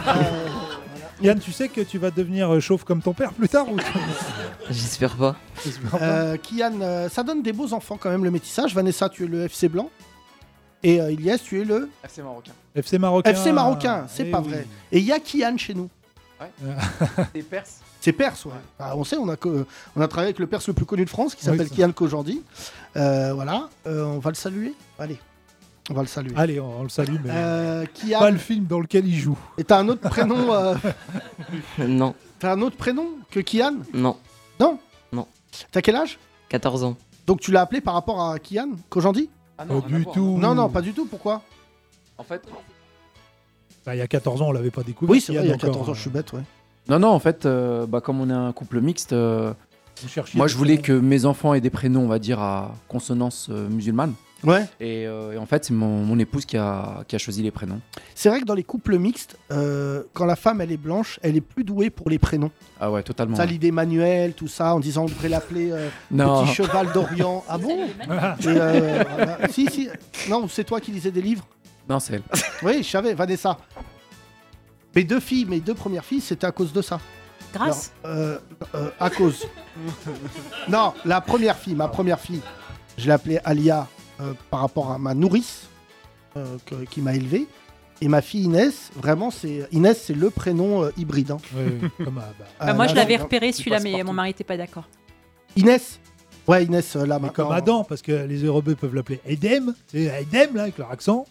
Kian, tu sais que tu vas devenir euh, chauve comme ton père plus tard ou J'espère pas. Euh, Kian, euh, ça donne des beaux enfants quand même le métissage. Vanessa, tu es le F C blanc. Et euh, Ilias, tu es le F C marocain. F C marocain. F C marocain. C'est Eh pas oui. vrai. Et il y a Kian chez nous. Des Perses. C'est Perse, ouais. Ah, on sait, on a, co- on a travaillé avec le Perse le plus connu de France qui Oui, s'appelle ça. Kian Kojandi. Euh, voilà, Euh, on va le saluer. Allez, on va le saluer. Allez, on, on le salue, mais Euh, Kian, pas le film dans lequel il joue. et t'as un autre prénom euh, Non, T'as un autre prénom que Kian? non. Non. Non. T'as quel âge? quatorze ans. Donc tu l'as appelé par rapport à Kian Kojandi? Ah Pas du tout. Non, non, pas du tout. Pourquoi? En fait. Bah, il y a quatorze ans, on l'avait pas découvert. Oui, c'est vrai, il y a Kian, quatorze ans, encore, je suis bête, ouais. Non, non, en fait, euh, bah, comme on est un couple mixte, euh, Vous cherchiez moi des je voulais prénoms. que mes enfants aient des prénoms, on va dire, à consonance euh, musulmane. Ouais. Et, euh, et en fait, c'est mon, mon épouse qui a, qui a choisi les prénoms. C'est vrai que dans les couples mixtes, euh, quand la femme elle est blanche, elle est plus douée pour les prénoms. Ah ouais, totalement. Ça, l'idée manuelle, tout ça, en disant on devrait l'appeler euh, Non. Petit Cheval d'Orient. Ah bon? Et, euh, voilà. Si, si. Non, c'est toi qui lisais des livres? Non, c'est elle. Oui, je savais, Vanessa. Mes deux filles, mes deux premières filles, c'était à cause de ça. Grâce. Alors, euh, euh, à cause. Non, la première fille, ma première fille, je l'ai appelée Alia euh, par rapport à ma nourrice euh, que- qui m'a élevé. Et ma fille Inès, vraiment, c'est Inès, c'est le prénom euh, hybride. hein. Ouais, ouais, comme, ah, bah, Bah, Euh, moi, là, je l'avais non, repéré il celui-là, passe mais partout. mon mari n'était pas d'accord. Inès. Ouais, Inès, euh, là, mais maintenant. comme Adam, parce que les Européens peuvent l'appeler Edem. C'est Edem, là, avec leur accent.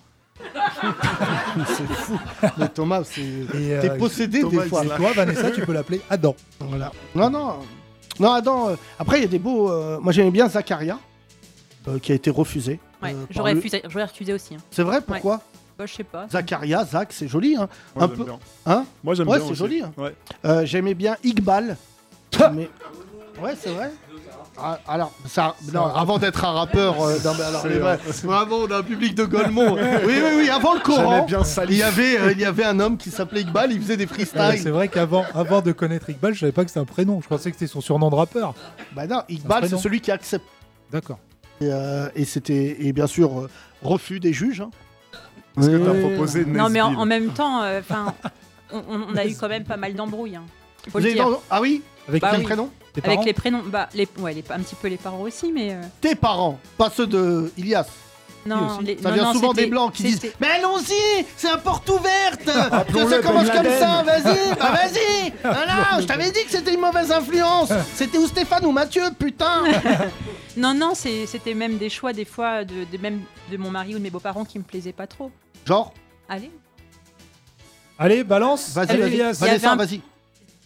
C'est fou. Mais Thomas, c'est. Et, euh, T'es possédé Thomas, des fois. Et toi, Vanessa, tu peux l'appeler Adam. Voilà. Non, non. Non, Adam. euh, Après, il y a des beaux. euh, Moi, j'aimais bien Zacharia, euh, qui a été refusé. Ouais, euh, par j'aurais le- refusé, j'aurais refusé aussi. hein. C'est vrai, pourquoi? Bah, je sais pas. Zacharia, Zach, c'est joli. Hein. Moi, Un j'aime peu. bien. Hein? Moi, j'aime Ouais, bien c'est aussi. joli. hein. Ouais. Euh, J'aimais bien Iqbal. mais... Ouais, c'est vrai. Ah, alors, ça, non, avant d'être un rappeur, euh, non, mais alors, C'est mais vrai, vraiment, on a un public de Golemont. Oui, oui, oui, avant le Coran, J'aimais bien Salif. il y avait, euh, il y avait un homme qui s'appelait Iqbal, il faisait des Euh, freestyles. c'est vrai qu'avant avant de connaître Iqbal, je savais pas que c'était un prénom. Je pensais que c'était son surnom de rappeur. Bah non, Iqbal, c'est prénom. celui qui accepte. D'accord. Et, euh, et c'était, et bien sûr, euh, refus des juges. hein. Est-ce que t'as Euh, proposé Non, mais en, Nesbill en même temps, euh, enfin, on, on a eu quand même pas mal d'embrouilles. Hein. Faut Vous le avez dire. dans- Ah oui? Avec Bah Quel oui. prénom? tes Avec parents les prénoms, bah, les, ouais, les, un petit peu les parents aussi, mais euh, Tes parents, pas ceux de Ilias. non, aussi. les, Ça non, vient non, souvent c'était- des blancs qui disent c'était- mais allons-y, c'est un porte ouverte. Appelons-le Ça commence Ben comme Laden. ça, vas-y, bah vas-y. Voilà, je t'avais dit que c'était une mauvaise influence. C'était ou Stéphane ou Mathieu, putain. Non, non, c'est- c'était même des choix des fois de, de même de mon mari ou de mes beaux-parents qui me plaisaient pas trop. Genre, Allez. Allez, balance. vas-y, Allez, vas-y, Elias. y avait Vanessa, un- vas-y. Il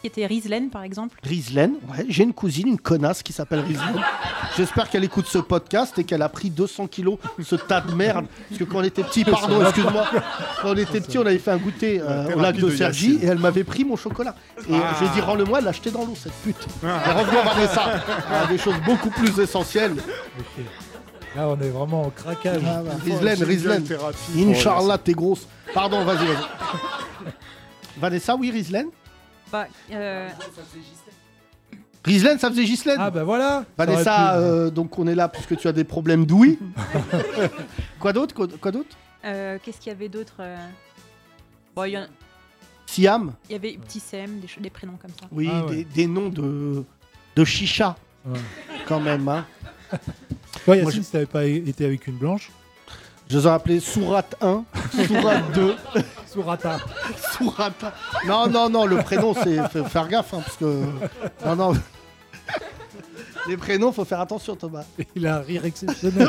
qui était Rislaine, par exemple. Rislaine, ouais. J'ai une cousine, une connasse qui s'appelle Rislaine. J'espère qu'elle écoute ce podcast et qu'elle a pris deux cents kilos, ce tas de merde. Parce que quand on était petit, pardon, excuse-moi, quand on était petit, on avait fait un goûter euh, au lac de Cergy et elle m'avait pris mon chocolat. Et ah. j'ai dit, rends-le-moi, elle l'a jeté dans l'eau, cette pute. Et revenons à Vanessa. Ah, des choses beaucoup plus essentielles. Okay. Là, on est vraiment au craquage. Ah, bah, Rislaine, Rislaine. Inch'Allah, t'es grosse. Pardon, vas-y, vas-y. Vanessa, oui, Rislaine. Bah, euh... Rislaine, ça faisait Ghislaine. Ah bah voilà. Vanessa, euh, donc on est là parce que tu as des problèmes d'ouïe. Quoi d'autre Quoi, quoi d'autre euh, Qu'est-ce qu'il y avait d'autre euh... bon, y en... Siam. Il y avait Petit Sem, des, des prénoms comme ça. Oui, ah, ouais. des, des noms de, de chicha. Ouais. Quand même, hein. Toi, Yacine, je... si t'avais pas été avec une blanche. Je les ai appelés Sourate un, Sourate deux. Sourata. Sourata. Non, non, non, le prénom, c'est faut faire gaffe, hein, parce que... Non, non. Les prénoms, faut faire attention, Thomas. Il a un rire exceptionnel.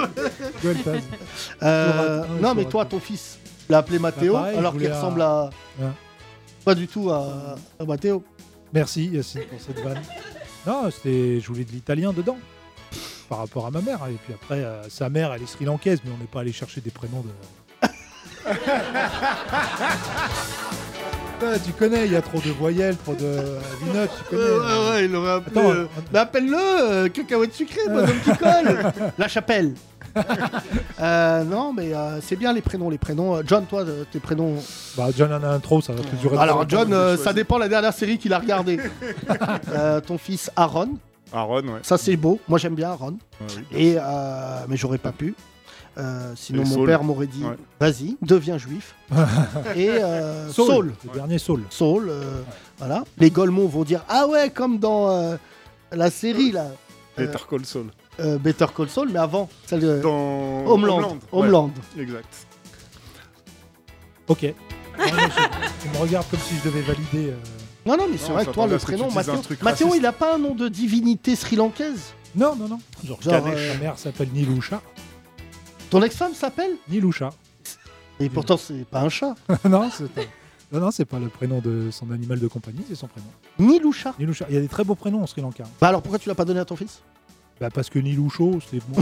euh, un, non, mais toi, ton fils, tu l'as appelé Mathéo, bah, pareil, alors qu'il à... ressemble à... Ouais. Pas du tout à, à Mathéo. Merci, Yacine, pour cette vanne. Non, c'était... je voulais de l'italien dedans. Par rapport à ma mère. Et puis après, euh, sa mère, elle est sri-lankaise, mais on n'est pas allé chercher des prénoms de... ah, tu connais, il y a trop de voyelles, trop de vinotes, tu connais. Euh, ouais, ouais, il aurait appelé... Attends, euh... bah, appelle-le euh, cacahuète sucrée, bonhomme qui colle. La Chapelle. euh, non, mais euh, c'est bien les prénoms. Les prénoms. John, toi, tes prénoms... Bah, John en a un trop, ça va plus durer. Alors, John, euh, ça dépend de la dernière série qu'il a regardée. euh, ton fils, Aaron. Aaron, ouais. Ça, c'est beau. Moi, j'aime bien Aaron. Ah, oui. Et, euh, mais j'aurais pas pu. Euh, sinon, et mon Saul. père m'aurait dit ouais. Vas-y, deviens juif. Et euh, Saul. Saul. Le dernier Saul. Saul, euh, ouais. Voilà. Les Golemons vont dire ah ouais, comme dans euh, la série là. Better Call Saul. Euh, Better Call Saul, mais avant. Celle de... Dans Homeland. Homeland. Homeland. Ouais. Exact. Ok. Tu me regardes comme si je devais valider. Euh... Non, non, mais c'est non, vrai que toi, le prénom, Mathéo, Mathéo il a pas un nom de divinité sri-lankaise? Non, non, non. Genre, Genre euh... ma mère s'appelle Nilusha. Ton ex-femme s'appelle Nilusha. Et pourtant, c'est pas un chat. non, c'est pas... non, non, c'est pas le prénom de son animal de compagnie, c'est son prénom. Nilusha. Nilusha. Il y a des très beaux prénoms en Sri Lanka. Bah alors, pourquoi tu l'as pas donné à ton fils? Bah parce que Nilusho, c'était moi.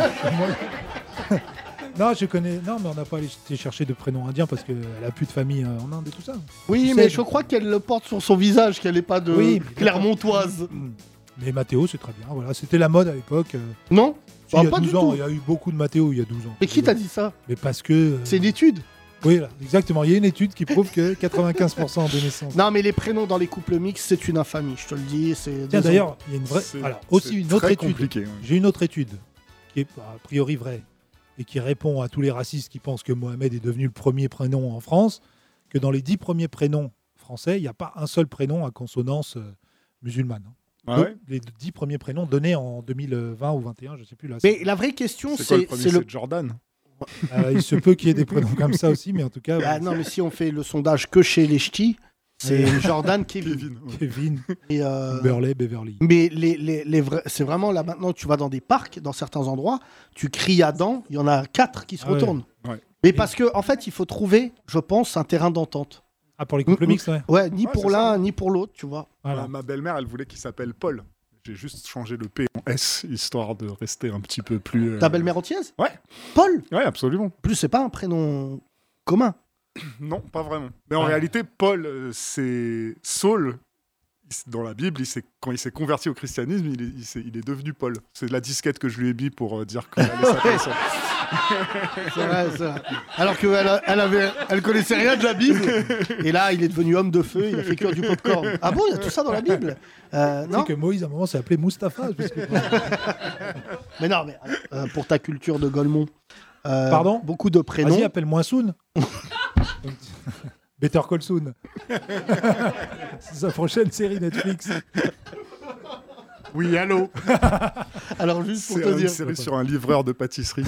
Non, je connais. Non, mais on n'a pas été chercher de prénom indien parce qu'elle a plus de famille en Inde et tout ça. Oui, tu mais sais, je crois qu'elle le porte sur son visage, qu'elle n'est pas de oui, Clermontoise. Mais Mathéo, c'est très bien. Voilà, c'était la mode à l'époque. Non, si, ah, il y a pas douze du ans, tout. Il y a eu beaucoup de Mathéo il y a douze ans. Mais qui t'a dit ça? Mais parce que. Euh... C'est une étude. Oui, là, exactement. Il y a une étude qui prouve que quatre-vingt-quinze pour cent des naissances. Non, mais les prénoms dans les couples mixtes, c'est une infamie, je te le dis. C'est Tiens, d'ailleurs, il y a une vraie. Alors, aussi une autre étude. Ouais. J'ai une autre étude qui est a priori vraie et qui répond à tous les racistes qui pensent que Mohamed est devenu le premier prénom en France, que dans les dix premiers prénoms français, il n'y a pas un seul prénom à consonance euh, musulmane. Ah Donc, ouais les dix premiers prénoms donnés en deux mille vingt ou vingt et un, je ne sais plus. Là, mais la vraie question, c'est... C'est quoi le premier, c'est le... c'est Jordan. Euh, il se peut qu'il y ait des prénoms comme ça aussi, mais en tout cas... Ah, ouais, non, mais si on fait le sondage que chez les ch'tis, c'est Jordan, Kevin. Kevin, ouais. Kevin, et euh... Burley, Beverly. Mais les, les, les vrais... c'est vraiment là maintenant, tu vas dans des parcs, dans certains endroits, tu cries Adam, il y en a quatre qui se ah retournent. Ouais. Ouais. Mais et... parce qu'en en fait, il faut trouver, je pense, un terrain d'entente. Ah, pour les couples mixtes, ouais. Ouais, ni ouais, pour l'un, ni pour l'autre, tu vois. Voilà. Ma, ma belle-mère, elle voulait qu'il s'appelle Paul. J'ai juste changé le P en S, histoire de rester un petit peu plus... Euh... Ta belle-mère entière? Ouais. Paul? Ouais, absolument. En plus, c'est pas un prénom commun. Non, pas vraiment. Mais en ah. réalité, Paul, euh, c'est Saul. Dans la Bible, il quand il s'est converti au christianisme, il est, il, est, il est devenu Paul. C'est la disquette que je lui ai mis pour euh, dire qu'il allait s'appeler ça. C'est vrai, c'est vrai. Alors qu'elle elle avait, elle connaissait rien de la Bible. Et là, il est devenu homme de feu, il a fait cuire du popcorn. Ah bon, il y a tout ça dans la Bible? euh, Tu sais que Moïse, à un moment, s'est appelé Mustapha. Parce que... Mais non, mais euh, pour ta culture de Golemont, euh, pardon, beaucoup de prénoms. Vas-y, appelle-moi Soon. Better Call Soon. C'est sa prochaine série Netflix. Oui, allô. Alors juste pour c'est te une dire, série sur un livreur de pâtisserie.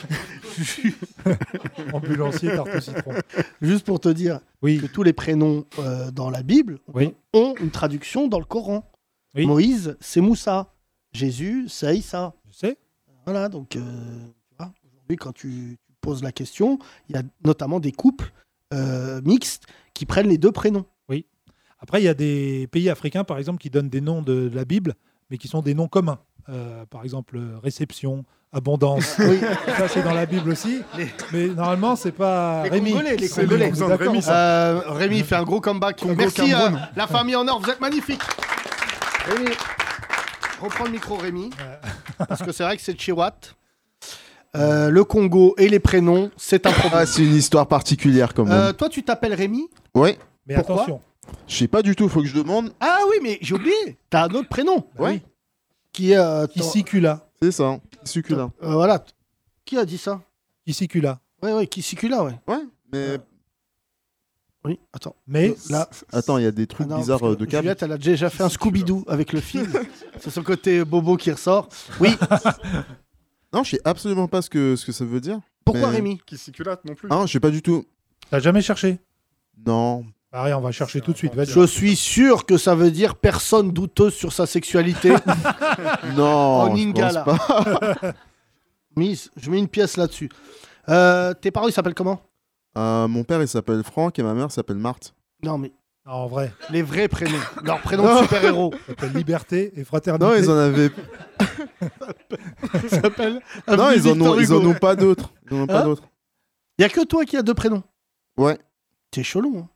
Ambulancier tarte au citron. Juste pour te dire oui. que tous les prénoms euh, dans la Bible oui. ont une traduction dans le Coran. Oui. Moïse, c'est Moussa. Jésus, c'est Issa. Je sais. Voilà, donc euh, tu vois, aujourd'hui, quand tu, tu poses la question, il y a notamment des couples euh, mixtes qui prennent les deux prénoms. Oui. Après, il y a des pays africains, par exemple, qui donnent des noms de, de la Bible, mais qui sont des noms communs. Euh, par exemple, euh, réception, abondance. Oui. Ça, c'est dans la Bible aussi. Les- Mais normalement, c'est pas Les Rémi. Congolais, les C'est Congolais. les cousins de Rémi, ça. Euh, Rémi fait un gros comeback. Congo, Merci Cameroun. euh, la famille en or, vous êtes magnifiques. Rémi, reprends le micro Rémi, parce que c'est vrai que c'est de chez Watt. Euh, le Congo et les prénoms, c'est un problème. Ah, c'est une histoire particulière quand même. Euh, toi, tu t'appelles Rémi? Ouais. Mais Pourquoi attention. Je sais pas du tout, faut que je demande. Ah oui, mais j'ai oublié. T'as un autre prénom. Ouais. Qui est euh, ton- Kisicula. C'est ça, Sucula. euh, voilà. Qui a dit ça? Kisicula. Ouais, ouais, Kisicula, ouais. Ouais, mais Oui, attends. Mais Euh, là, attends, il y a des trucs Ah non, bizarres parce euh, que de câble. Juliette, elle a déjà fait un Scooby-Doo avec le film. C'est son côté bobo qui ressort. Oui. Non, je sais absolument pas ce que, ce que ça veut dire. Pourquoi Mais- Rémi? Qui circulate non plus. Ah, je sais pas du tout. t'as jamais cherché? Non. Ah, rien, on va chercher tout de suite. Vas-y. Je suis sûr que ça veut dire personne douteuse sur sa sexualité. Non, En je pense Lingala. pas. Mise, je mets une pièce là-dessus. Euh, tes parents, ils s'appellent comment? Euh, mon père, il s'appelle Franck et ma mère s'appelle Marthe. Non, mais Non, en vrai. les vrais prénoms. Leurs prénoms de super-héros. Ça s'appelle Liberté et Fraternité. Non, ils en avaient. Ils s'appellent non, Avenue ils en, ont, Victor ils en Hugo. ont pas d'autres. Ils en ont pas Hein d'autres. Il y a que toi qui as deux prénoms. Ouais. T'es chelou, hein.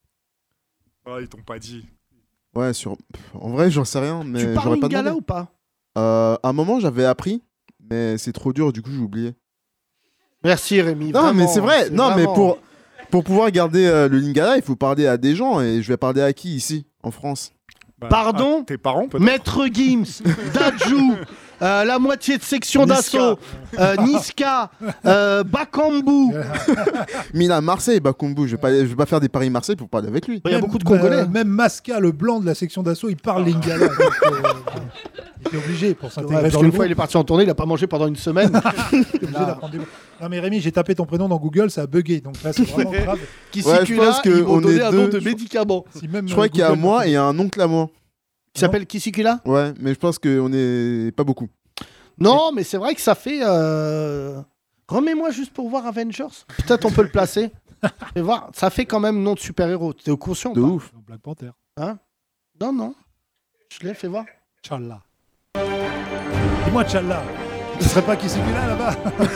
Ah, ils t'ont pas dit. Ouais, sur. Pff, En vrai, j'en sais rien, mais Tu parles j'aurais pas lingala demandé. ou pas? Euh, à un moment, j'avais appris, mais c'est trop dur, du coup, j'ai oublié. Merci Rémi. Non, vraiment, mais c'est vrai. Non, mais vraiment- pour, pour pouvoir garder euh, le lingala, il faut parler à des gens. Et je vais parler à qui ici, en France? Bah, Pardon? à tes parents peut-être. Maître Gims, Dadju, euh, la moitié de section Niska. d'assaut, euh, Niska, euh, Bakambu. Mais il a Marseille, Bakumbu. Je vais pas, je vais pas faire des Paris-Marseille pour parler avec lui. Il y a Même- beaucoup de Congolais. euh, même Masca, le blanc de la section d'assaut, il parle lingala. donc, euh, il était obligé pour Ouais, s'intégrer parce dans le qu'une fois, il groupe. est parti en tournée, il a pas mangé pendant une semaine. Il est obligé d'apprendre des mots. Non mais Rémi, j'ai tapé ton prénom dans Google, ça a bugué. Donc là, c'est vraiment grave. Qui Ouais, je circule là, pense que ils m'ont on donné est un deux. nom de médicament. Si même, Je euh, crois qu'il y a Google- moi et un oncle à moi. Qui s'appelle Kissikula? Ouais, mais je pense qu'on est pas beaucoup. Non, mais c'est vrai que ça fait. euh, Remets-moi juste pour voir Avengers. Peut-être on peut le placer. Fais voir, ça fait quand même nom de super-héros. T'es au conscient? De ou pas ouf. Black Panther. Hein? Non, non. Je l'ai fait voir. Tchallah. Dis-moi Tchallah. Ce serait pas qui c'est là là-bas?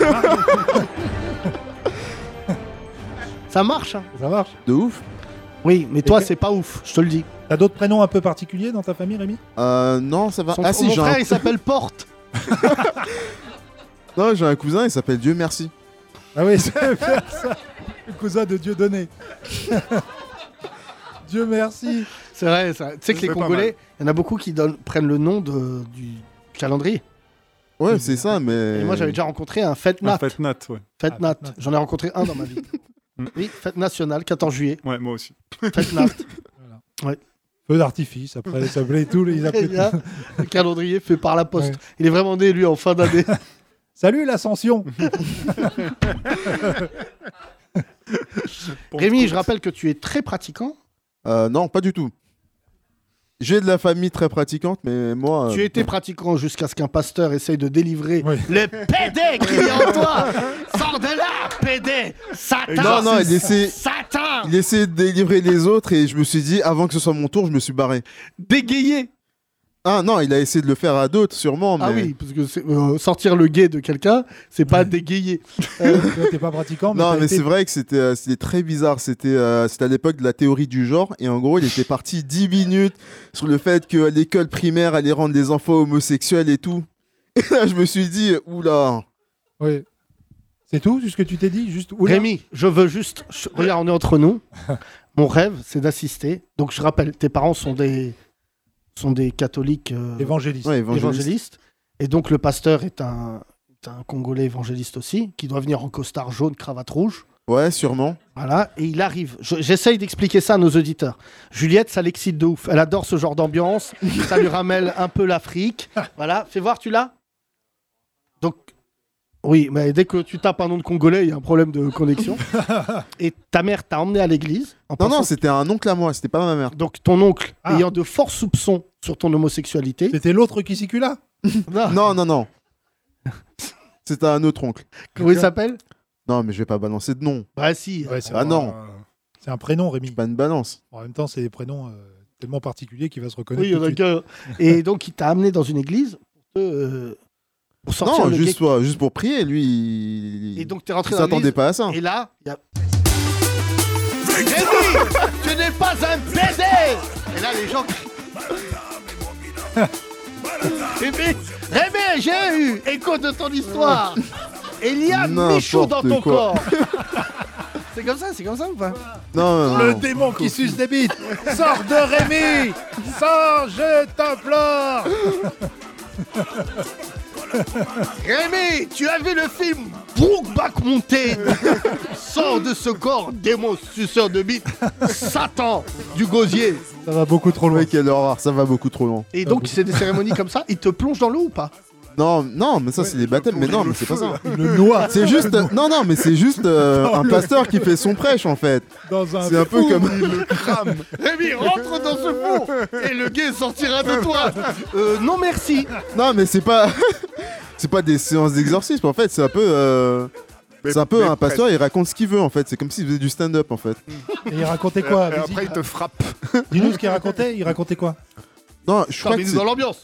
Ça marche, hein? Ça marche. De ouf. Oui, mais toi, que- c'est pas ouf, je te le dis. T'as d'autres prénoms un peu particuliers dans ta famille, Rémi? Euh, non, ça va. Son- Ah si, mon j'ai frère, un... il s'appelle Porte. Non, j'ai un cousin, il s'appelle Dieu merci. Ah oui, c'est faire ça. Le cousin de Dieu donné. Dieu merci. C'est vrai, ça. Tu sais que C'est les pas Congolais, il y en a beaucoup qui donnent- prennent le nom de, du calendrier. Ouais, c'est ça, mais. Et moi, j'avais déjà rencontré un fête nat. Un fête nat, ouais. Fête Ah, nat. fête nat. J'en ai rencontré un dans ma vie. Mm. Oui, fête nationale, quatorze juillet. Ouais, moi aussi. Fête nat. Feu d'artifice, après ça s'appelait tout. Ils Et appelaient là, tout. le calendrier fait par la poste. Ouais. Il est vraiment né, lui, en fin d'année. Salut l'ascension. Rémi, je rappelle que tu es très pratiquant. Euh, non, pas du tout. J'ai de la famille très pratiquante, mais moi. euh, Tu étais pratiquant jusqu'à ce qu'un pasteur essaye de délivrer Oui. le pédé qui est en toi. Sors de là, pédé. Satan. Non, non, il essaie, Satan. il essaie de délivrer les autres et je me suis dit, avant que ce soit mon tour, je me suis barré. Dégayer. Ah non, il a essayé de le faire à d'autres, sûrement. Mais... Ah oui, parce que c'est- euh, sortir le gay de quelqu'un, c'est pas dégayer. Euh, Toi, t'es pas pratiquant, mais Non, t'as mais été- c'est vrai que c'était euh, c'était très bizarre. C'était euh, c'était à l'époque de la théorie du genre. Et en gros, il était parti dix minutes sur le fait que l'école primaire allait rendre les enfants homosexuels et tout. Et là, je me suis dit, oula. Oui. C'est tout, c'est ce que tu t'es dit, juste. Oula. Rémi, je veux juste. je- Regarde, on est entre nous. Mon rêve, c'est d'assister. Donc, je rappelle, tes parents sont des, sont des catholiques euh, Évangéliste. Ouais, évangéliste. évangélistes. Et donc, le pasteur est un, est un Congolais évangéliste aussi, qui doit venir en costard jaune, cravate rouge. Ouais, sûrement. Voilà, et il arrive. Je- J'essaye d'expliquer ça à nos auditeurs. Juliette, ça l'excite de ouf. Elle adore ce genre d'ambiance. Ça lui ramène un peu l'Afrique. Voilà, fais voir, tu l'as? Donc, oui, mais dès que tu tapes un nom de Congolais, il y a un problème de connexion. Et ta mère t'a emmené à l'église. en Non, non, pensant- c'était un oncle à moi, c'était pas ma mère. Donc, ton oncle, Ah. ayant de forts soupçons sur ton homosexualité. C'était l'autre qui là. Non. Non, non, non. C'était un autre oncle. Comment il s'appelle? Non, mais je vais pas balancer de nom. Bah, si. Ouais, c'est Ah non. C'est un prénom, Rémi. Pas une balance. En même temps, c'est des prénoms euh, tellement particuliers qu'il va se reconnaître. Oui, il y en tout a de qu'un. Et donc, il t'a amené dans une église pour, te, euh, pour sortir Non, le juste gay. pour, juste pour prier. Lui, il, Et donc, t'es rentré il dans s'attendait l'église. pas à ça. Et là, il y a... Rémi, tu n'es pas un baiser. Et là, les gens... Rémi, Rémi, j'ai eu écho de ton histoire. Et il y a Michou dans ton N'importe quoi. corps. C'est comme ça, c'est comme ça ou pas? Non, non, Le non. démon qui suce des bites. Sors de Rémi. Sors, je t'implore. Rémi, tu as vu le film Brokeback Mountain? Sors de ce corps, démon suceur de bite, Satan du gosier. Ça va beaucoup trop loin. Ouais, quelle horreur, ça va beaucoup trop loin. Et donc, c'est des cérémonies comme ça, ils te plongent dans l'eau ou pas? Non, non, mais ça c'est des baptêmes, mais non, mais c'est pas ça. Le noir. C'est juste, non, non, mais c'est juste euh, un pasteur qui fait son prêche en fait. Dans un C'est un peu comme. le crame. Rémi, rentre dans ce fond et le gay sortira de toi. Euh, non merci. Non, mais c'est pas, c'est pas des séances d'exorcisme en fait. C'est un peu, euh, Mais- c'est un peu mais un pasteur. Il raconte ce qu'il veut en fait. C'est comme s'il faisait du stand-up en fait. Et il racontait quoi? Et Vas-y. après, il te frappe. Dis-nous ce qu'il racontait. Il racontait quoi? Non, je crois que Termine c'est- dans l'ambiance.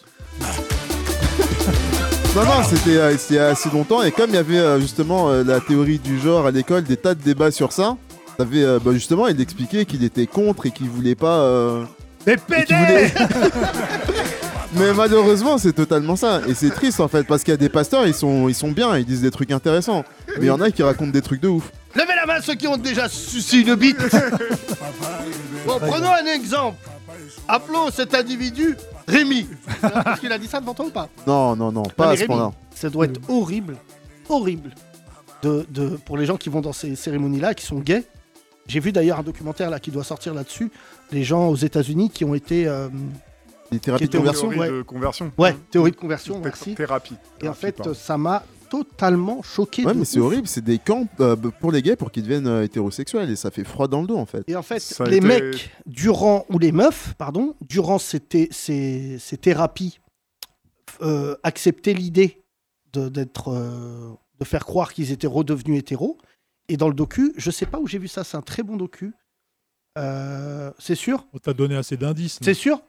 non, non, c'était euh, c'était il y a assez longtemps et comme il y avait euh, justement euh, la théorie du genre à l'école, des tas de débats sur ça. T'avais, euh, bah, justement, il expliquait qu'il était contre et qu'il voulait pas. euh, Des et qu'il pédés. voulait- Mais malheureusement, c'est totalement ça. Et c'est triste en fait, parce qu'il y a des pasteurs, ils sont, ils sont bien, ils disent des trucs intéressants. Mais il y en a qui racontent des trucs de ouf. Levez la main ceux qui ont déjà sucé une bite. Bon, prenons un exemple. Appelons cet individu Rémi. Est-ce qu'il a dit ça devant toi ou pas? Non, non, non, Non, pas mais à ce Rémi, point-là. ça doit être horrible, horrible de, de, pour les gens qui vont dans ces cérémonies-là, qui sont gays. J'ai vu d'ailleurs un documentaire là qui doit sortir là-dessus. Les gens aux États-Unis qui ont été. euh, Les thérapies qui de étaient- conversion. ouais. de conversion. Ouais, théorie de conversion, Thé- merci. Thérapie. Et en Thérapie, fait, pardon. ça m'a totalement choqué. Ouais, de mais c'est ouf. horrible, c'est des camps euh, pour les gays pour qu'ils deviennent euh, hétérosexuels et ça fait froid dans le dos en fait. Et en fait, Ça a les été- mecs, durant, ou les meufs, pardon, durant ces, thé- ces, ces thérapies, euh, acceptaient l'idée de, d'être, euh, de faire croire qu'ils étaient redevenus hétéros. Et dans le docu, je sais pas où j'ai vu ça, c'est un très bon docu. Euh, c'est sûr? On t'a donné assez d'indices. non? C'est sûr?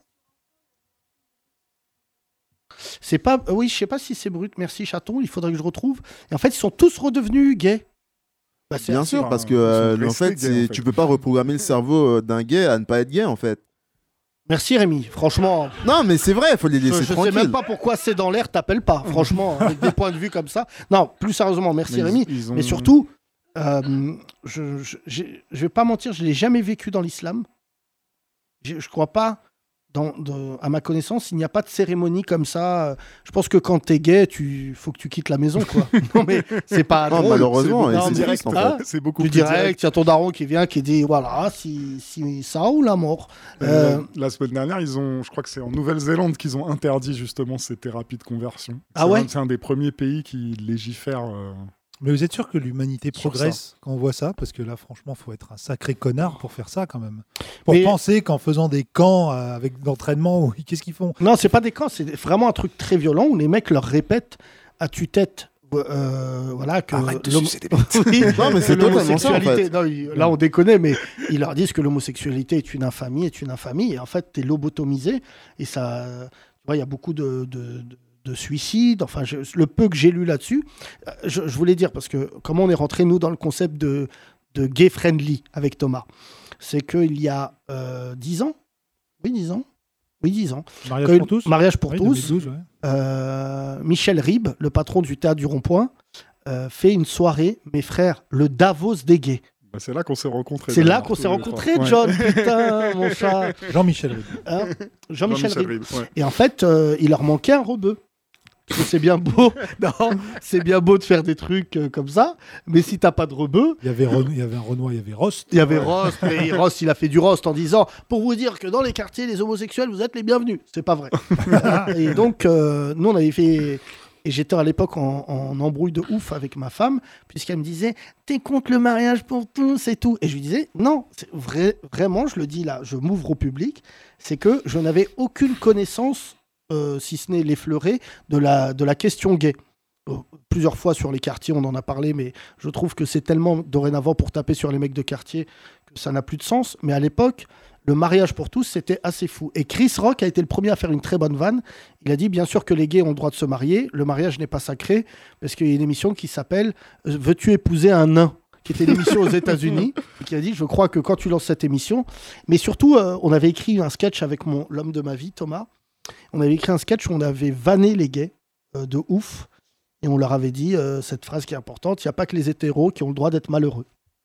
C'est pas. euh, Oui, je sais pas si c'est brut. Merci chaton. Il faudrait que je retrouve. Et en fait, ils sont tous redevenus gays. Bah, c'est Bien assez- sûr, parce que ils sont euh, en restés fait, gays, c'est- en fait. tu peux pas reprogrammer le cerveau euh, d'un gay à ne pas être gay en fait. Merci Rémi. Franchement, Non, mais c'est vrai, il faut les je, laisser je sais tranquilles. même pas pourquoi c'est dans l'air. T'appelles pas. Franchement, avec des points de vue comme ça. Non, plus sérieusement, merci Mais ils- Rémi. ils ont- Mais surtout, euh, je, je, j'ai- je vais pas mentir, je l'ai jamais vécu dans l'islam. Je, je crois pas. Dans, de- à ma connaissance, il n'y a pas de cérémonie comme ça. Je pense que quand t'es gay, tu faut que tu quittes la maison, quoi. Non mais c'est pas Non, drôle. malheureusement, c'est, et non, c'est direct, triste, en hein. fait. C'est beaucoup Du plus direct, direct. il y a ton daron qui vient, qui dit voilà, si, si ça ou la mort. Euh, Euh, La semaine dernière, ils ont, je crois que c'est en Nouvelle-Zélande qu'ils ont interdit justement ces thérapies de conversion. Ah C'est ouais un- C'est un des premiers pays qui légifère. euh, Mais vous êtes sûr que l'humanité Sur progresse quand on voit ça? Parce que là, franchement, faut être un sacré connard pour faire ça quand même. Pour Mais- penser qu'en faisant des camps euh, avec d'entraînement, ou- qu'est-ce qu'ils font? Non, c'est pas des camps, c'est vraiment un truc très violent où les mecs leur répètent à tue-tête. euh, voilà, que Arrête de l'homo- sucer des Oui, Non, mais c'est que totalement ça, en l'homosexualité- fait. non, il- là, on déconne, mais ils leur disent que l'homosexualité est une infamie, est une infamie, et en fait, t'es lobotomisé, et ça, tu vois, il y a beaucoup de, de, de- de suicides, enfin, je- le peu que j'ai lu là-dessus, euh, je, je voulais dire, parce que comment on est rentré, nous, dans le concept de, de gay-friendly avec Thomas, c'est qu'il y a euh, dix ans, oui, dix ans, oui, dix ans, Mariage Quand- pour tous? Mariage pour Oui, tous, deux mille douze, ouais. euh, Michel Ribes, le patron du théâtre du Rond-Point, euh, fait une soirée, mes frères, le Davos des gays. bah, c'est là qu'on s'est rencontrés. C'est là d'ailleurs, qu'on tous s'est les rencontrés, trois. Ouais. John, putain, mon chat. Jean-Michel Ribes. Hein Jean-Michel Jean-Michel Ribes. Ribes, ouais. Et en fait, euh, il leur manquait un rebeu. Parce que c'est bien beau, non, c'est bien beau de faire des trucs euh, comme ça, mais si t'as pas de rebeu, Il y avait, Ren- il y avait un Renoir, il y avait Rost. il y avait Rost, et Rost, il a fait du Rost en disant pour vous dire que dans les quartiers, les homosexuels, vous êtes les bienvenus. C'est pas vrai. Et donc, euh, nous, on avait fait. Et j'étais à l'époque en, en embrouille de ouf avec ma femme, puisqu'elle me disait t'es contre le mariage pour tous et tout. Et je lui disais non, c'est vrai, vraiment, je le dis là, je m'ouvre au public, c'est que je n'avais aucune connaissance, euh, si ce n'est l'effleurer, de la, de la question gay. Euh, Plusieurs fois sur les quartiers, on en a parlé, mais je trouve que c'est tellement dorénavant pour taper sur les mecs de quartier que ça n'a plus de sens, mais à l'époque, le mariage pour tous, c'était assez fou. Et Chris Rock a été le premier à faire une très bonne vanne. Il a dit, bien sûr que les gays ont le droit de se marier, le mariage n'est pas sacré, parce qu'il y a une émission qui s'appelle euh, « Veux-tu épouser un nain ?» qui était une émission aux États-Unis, et qui a dit, je crois que quand tu lances cette émission, mais surtout, euh, on avait écrit un sketch avec mon, l'homme de ma vie, Thomas, on avait écrit un sketch où on avait vanné les gays euh, de ouf, et on leur avait dit euh, cette phrase qui est importante, il n'y a pas que les hétéros qui ont le droit d'être malheureux.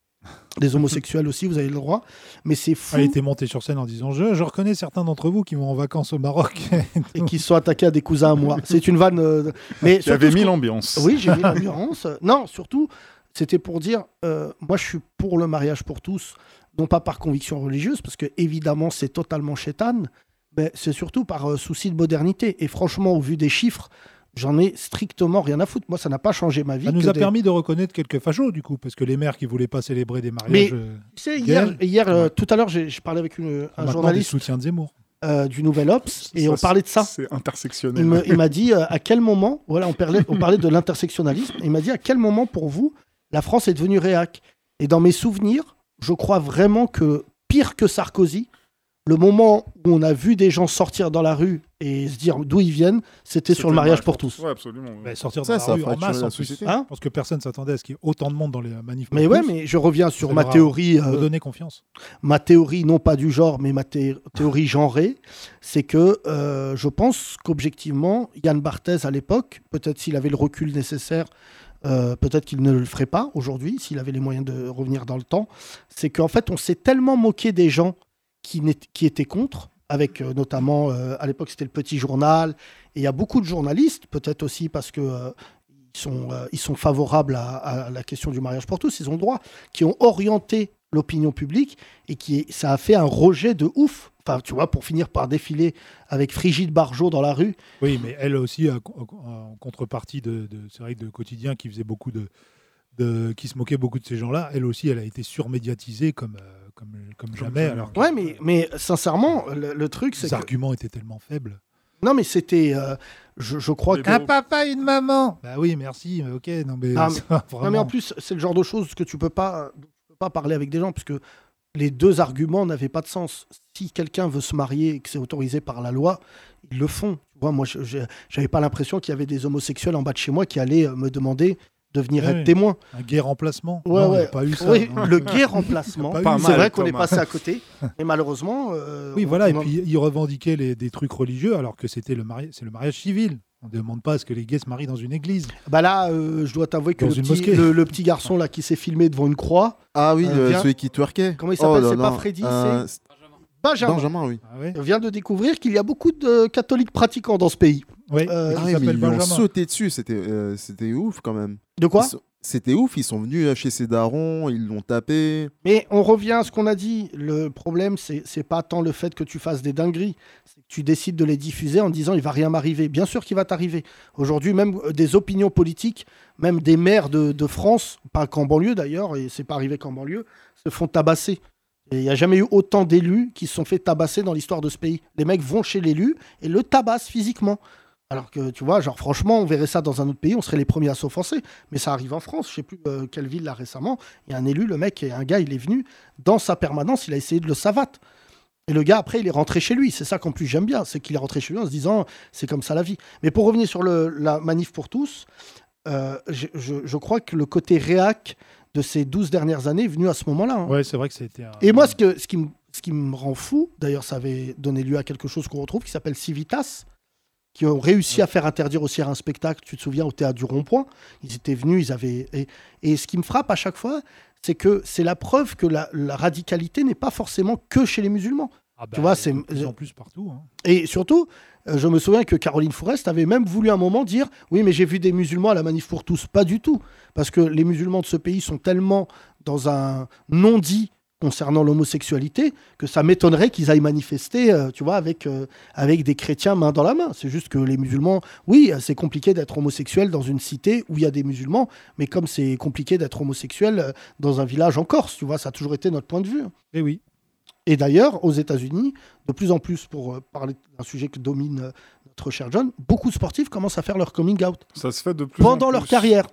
Les homosexuels aussi, vous avez le droit, mais c'est fou. Elle était montée sur scène en disant je, je reconnais certains d'entre vous qui vont en vacances au Maroc et qui se sont attaqués à des cousins à moi. C'est une vanne. Euh, mais tu avais mis l'ambiance. Oui, j'ai mis l'ambiance. Non, surtout, c'était pour dire euh, moi, je suis pour le mariage pour tous, non pas par conviction religieuse, parce que évidemment, c'est totalement chétane, mais c'est surtout par euh, souci de modernité. Et franchement, au vu des chiffres, j'en ai strictement rien à foutre. Moi, ça n'a pas changé ma vie. Ça nous a des... permis de reconnaître quelques fachos, du coup, parce que les maires qui voulaient pas célébrer des mariages. Mais euh, tu sais, hier, gays, hier euh, tout à l'heure, j'ai, j'ai parlé avec une, un maintenant journaliste des soutiens de Zemmour. Euh, du Nouvel Obs, et Ça, on parlait de ça. C'est intersectionnel. Il, me, il m'a dit euh, à quel moment, voilà, on parlait, on parlait de l'intersectionnalisme, et il m'a dit à quel moment pour vous la France est devenue réac. Et dans mes souvenirs, je crois vraiment que pire que Sarkozy, le moment où on a vu des gens sortir dans la rue et se dire d'où ils viennent, c'était, c'était sur le mariage pour tous. Ouais, absolument. Ouais. Mais sortir Ça, dans la ça rue en masse, la en plus. société. Hein Parce que personne s'attendait à ce qu'il y ait autant de monde dans les manifs. Mais ouais, mais je reviens sur Ça ma leur a théorie. euh, redonné confiance. ma théorie, non pas du genre, mais ma thé- théorie genrée, c'est que euh, je pense qu'objectivement, Yann Barthès, à l'époque, peut-être s'il avait le recul nécessaire, euh, peut-être qu'il ne le ferait pas aujourd'hui, s'il avait les moyens de revenir dans le temps, c'est qu'en fait, on s'est tellement moqué des gens qui, n'étaient- qui étaient contre, avec euh, notamment, euh, à l'époque, c'était le Petit Journal, et il y a beaucoup de journalistes, peut-être aussi parce que... euh, ils sont, euh, ils sont favorables à, à la question du mariage pour tous, ils ont le droit, qui ont orienté l'opinion publique et qui ça a fait un rejet de ouf. Enfin, tu vois, pour finir par défiler avec Frigide Barjot dans la rue. Oui, mais elle aussi, euh, en contrepartie de, de c'est vrai, de Quotidien qui faisait beaucoup de, de, qui se moquait beaucoup de ces gens-là, elle aussi, elle a été surmédiatisée comme, euh, comme, comme jamais. Alors que, Ouais, mais, mais sincèrement, le, le truc, c'est les que... arguments étaient tellement faibles. Non, mais c'était... euh, je, je crois Mais que... bon. Un papa, une maman. Bah oui, merci, mais ok, non mais, Ah, ça, mais- vraiment. Non, mais en plus, c'est le genre de choses que tu peux pas, tu peux pas parler avec des gens, puisque les deux arguments n'avaient pas de sens. Si quelqu'un veut se marier et que c'est autorisé par la loi, ils le font. Tu vois, moi, je- je- j'avais pas l'impression qu'il y avait des homosexuels en bas de chez moi qui allaient euh, me demander de venir Ouais, être ouais. témoin. Un gay remplacement. Ouais, Non, il y a ouais. pas eu ça. Oui, non. le gay remplacement. Pas eu Pas ça. C'est mal, vrai qu'on est Thomas. passé à côté, mais malheureusement. euh, Oui, on- voilà, et on en- puis ils revendiquaient les, des trucs religieux alors que c'était le mariage, c'est le mariage civil. On ne demande pas à ce que les gays se marient dans une église. Bah là, euh, je dois t'avouer que Dans le une petit, mosquée. le, le petit garçon là qui s'est filmé devant une croix, Ah oui, Euh, le- viens. celui qui twerkait. Comment il s'appelle là C'est là. pas Freddy, Euh, c'est Benjamin, Benjamin, oui. Ah ouais. vient de découvrir qu'il y a beaucoup de catholiques pratiquants dans ce pays. Oui, Euh, et Ah qui oui, mais s'appelle ils lui ont Benjamin. sauté dessus, c'était euh, c'était ouf quand même. De quoi Ils sont- C'était ouf, ils sont venus chez ses darons, ils l'ont tapé. Mais on revient à ce qu'on a dit. Le problème, c'est c'est pas tant le fait que tu fasses des dingueries, c'est que tu décides de les diffuser en disant il va rien m'arriver. Bien sûr qu'il va t'arriver. Aujourd'hui, même euh, des opinions politiques, même des maires de, de France, pas qu'en banlieue d'ailleurs, et c'est pas arrivé qu'en banlieue, se font tabasser. Et il n'y a jamais eu autant d'élus qui se sont fait tabasser dans l'histoire de ce pays. Les mecs vont chez l'élu et le tabassent physiquement. Alors que, tu vois, genre, franchement, on verrait ça dans un autre pays, on serait les premiers à s'offenser. Mais ça arrive en France, je sais plus euh, quelle ville, là, récemment. Il y a un élu, le mec, et un gars, il est venu, dans sa permanence, il a essayé de le savater. Et le gars, après, il est rentré chez lui. C'est ça qu'en plus j'aime bien, c'est qu'il est rentré chez lui en se disant, c'est comme ça la vie. Mais pour revenir sur le, la manif pour tous, euh, je, je, je crois que le côté réac de ces douze dernières années est venu à ce moment-là. hein. Ouais, c'est vrai que c'était. Un... Et moi, ce, que, ce, qui me, ce qui me rend fou, d'ailleurs, ça avait donné lieu à quelque chose qu'on retrouve qui s'appelle Civitas, qui ont réussi à faire interdire aussi un spectacle, tu te souviens, au Théâtre du Rond-Point. Ils étaient venus, ils avaient... Et, et ce qui me frappe à chaque fois, c'est que c'est la preuve que la, la radicalité n'est pas forcément que chez les musulmans. Ah bah, tu vois, c'est... de plus en plus partout. Hein. Et surtout, euh, je me souviens que Caroline Fourest avait même voulu à un moment dire « Oui, mais j'ai vu des musulmans à la manif pour tous ». Pas du tout. Parce que les musulmans de ce pays sont tellement dans un non-dit concernant l'homosexualité que ça m'étonnerait qu'ils aillent manifester, euh, tu vois, avec, euh, avec des chrétiens main dans la main. C'est juste que les musulmans, oui, c'est compliqué d'être homosexuel dans une cité où il y a des musulmans, mais comme c'est compliqué d'être homosexuel euh, dans un village en Corse, tu vois, ça a toujours été notre point de vue. Et oui. Et d'ailleurs, aux États-Unis, de plus en plus, pour euh, parler d'un sujet que domine euh, notre cher John, beaucoup de sportifs commencent à faire leur coming out Ça se fait de plus pendant en leur plus. carrière. Ouais.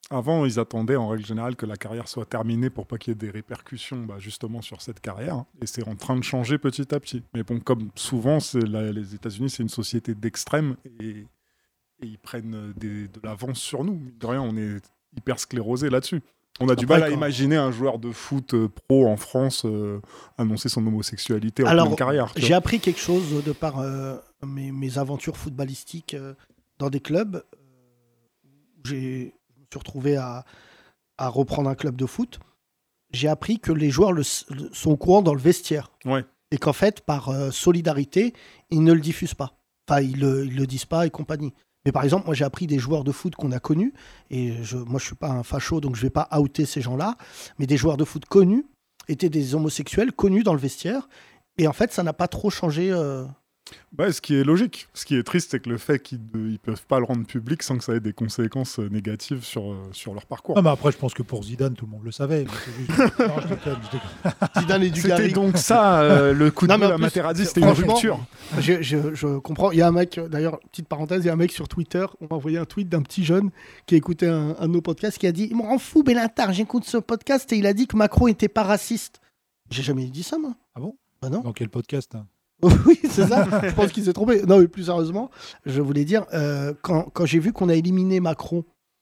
Avant, ils attendaient en règle générale que la carrière soit terminée pour pas qu'il y ait des répercussions bah, justement sur cette carrière. Et c'est en train de changer petit à petit. Mais bon, comme souvent, c'est la- les États-Unis, c'est une société d'extrêmes et, et ils prennent des- de l'avance sur nous. Mine de rien, on est hyper sclérosé là-dessus. On a du Après, mal à quand- imaginer un joueur de foot euh, pro en France euh, annoncer son homosexualité en Alors, pleine carrière. tu j'ai vois. appris quelque chose de par euh, mes, mes aventures footballistiques euh, dans des clubs. euh, où j'ai- je me suis retrouvé à, à reprendre un club de foot. J'ai appris que les joueurs le s- le- sont au courant dans le vestiaire. Ouais. Et qu'en fait, par euh, solidarité, ils ne le diffusent pas. Enfin, ils le, ils le disent pas et compagnie. Mais par exemple, moi, j'ai appris des joueurs de foot qu'on a connus. Et je, moi, je suis pas un facho, donc je vais pas outer ces gens-là. Mais des joueurs de foot connus étaient des homosexuels connus dans le vestiaire. Et en fait, ça n'a pas trop changé. euh, Bah, ce qui est logique. Ce qui est triste, c'est que le fait qu'ils ne peuvent pas le rendre public sans que ça ait des conséquences euh, négatives sur, euh, sur leur parcours. Ah, mais après, je pense que pour Zidane, tout le monde le savait. mais c'est juste- Non, je déconne, je déconne. Zidane et Dugarry. C'était donc ça, euh, le coup de Non, mais gueule en à plus, Materazzi, c'était une franchement, rupture. Je, je- je comprends. Il y a un mec, euh, d'ailleurs, petite parenthèse, il y a un mec sur Twitter, on m'a envoyé un tweet d'un petit jeune qui écoutait un, un de nos podcasts qui a dit « Il m'en fout, Bellatar, j'écoute ce podcast et il a dit que Macron était pas raciste. » J'ai jamais dit ça, moi. Ah bon Bah non. Dans quel podcast hein Oui, c'est ça. Je pense qu'il s'est trompé. Non, mais plus sérieusement, je voulais dire, euh, quand, quand j'ai vu qu'on a éliminé Macron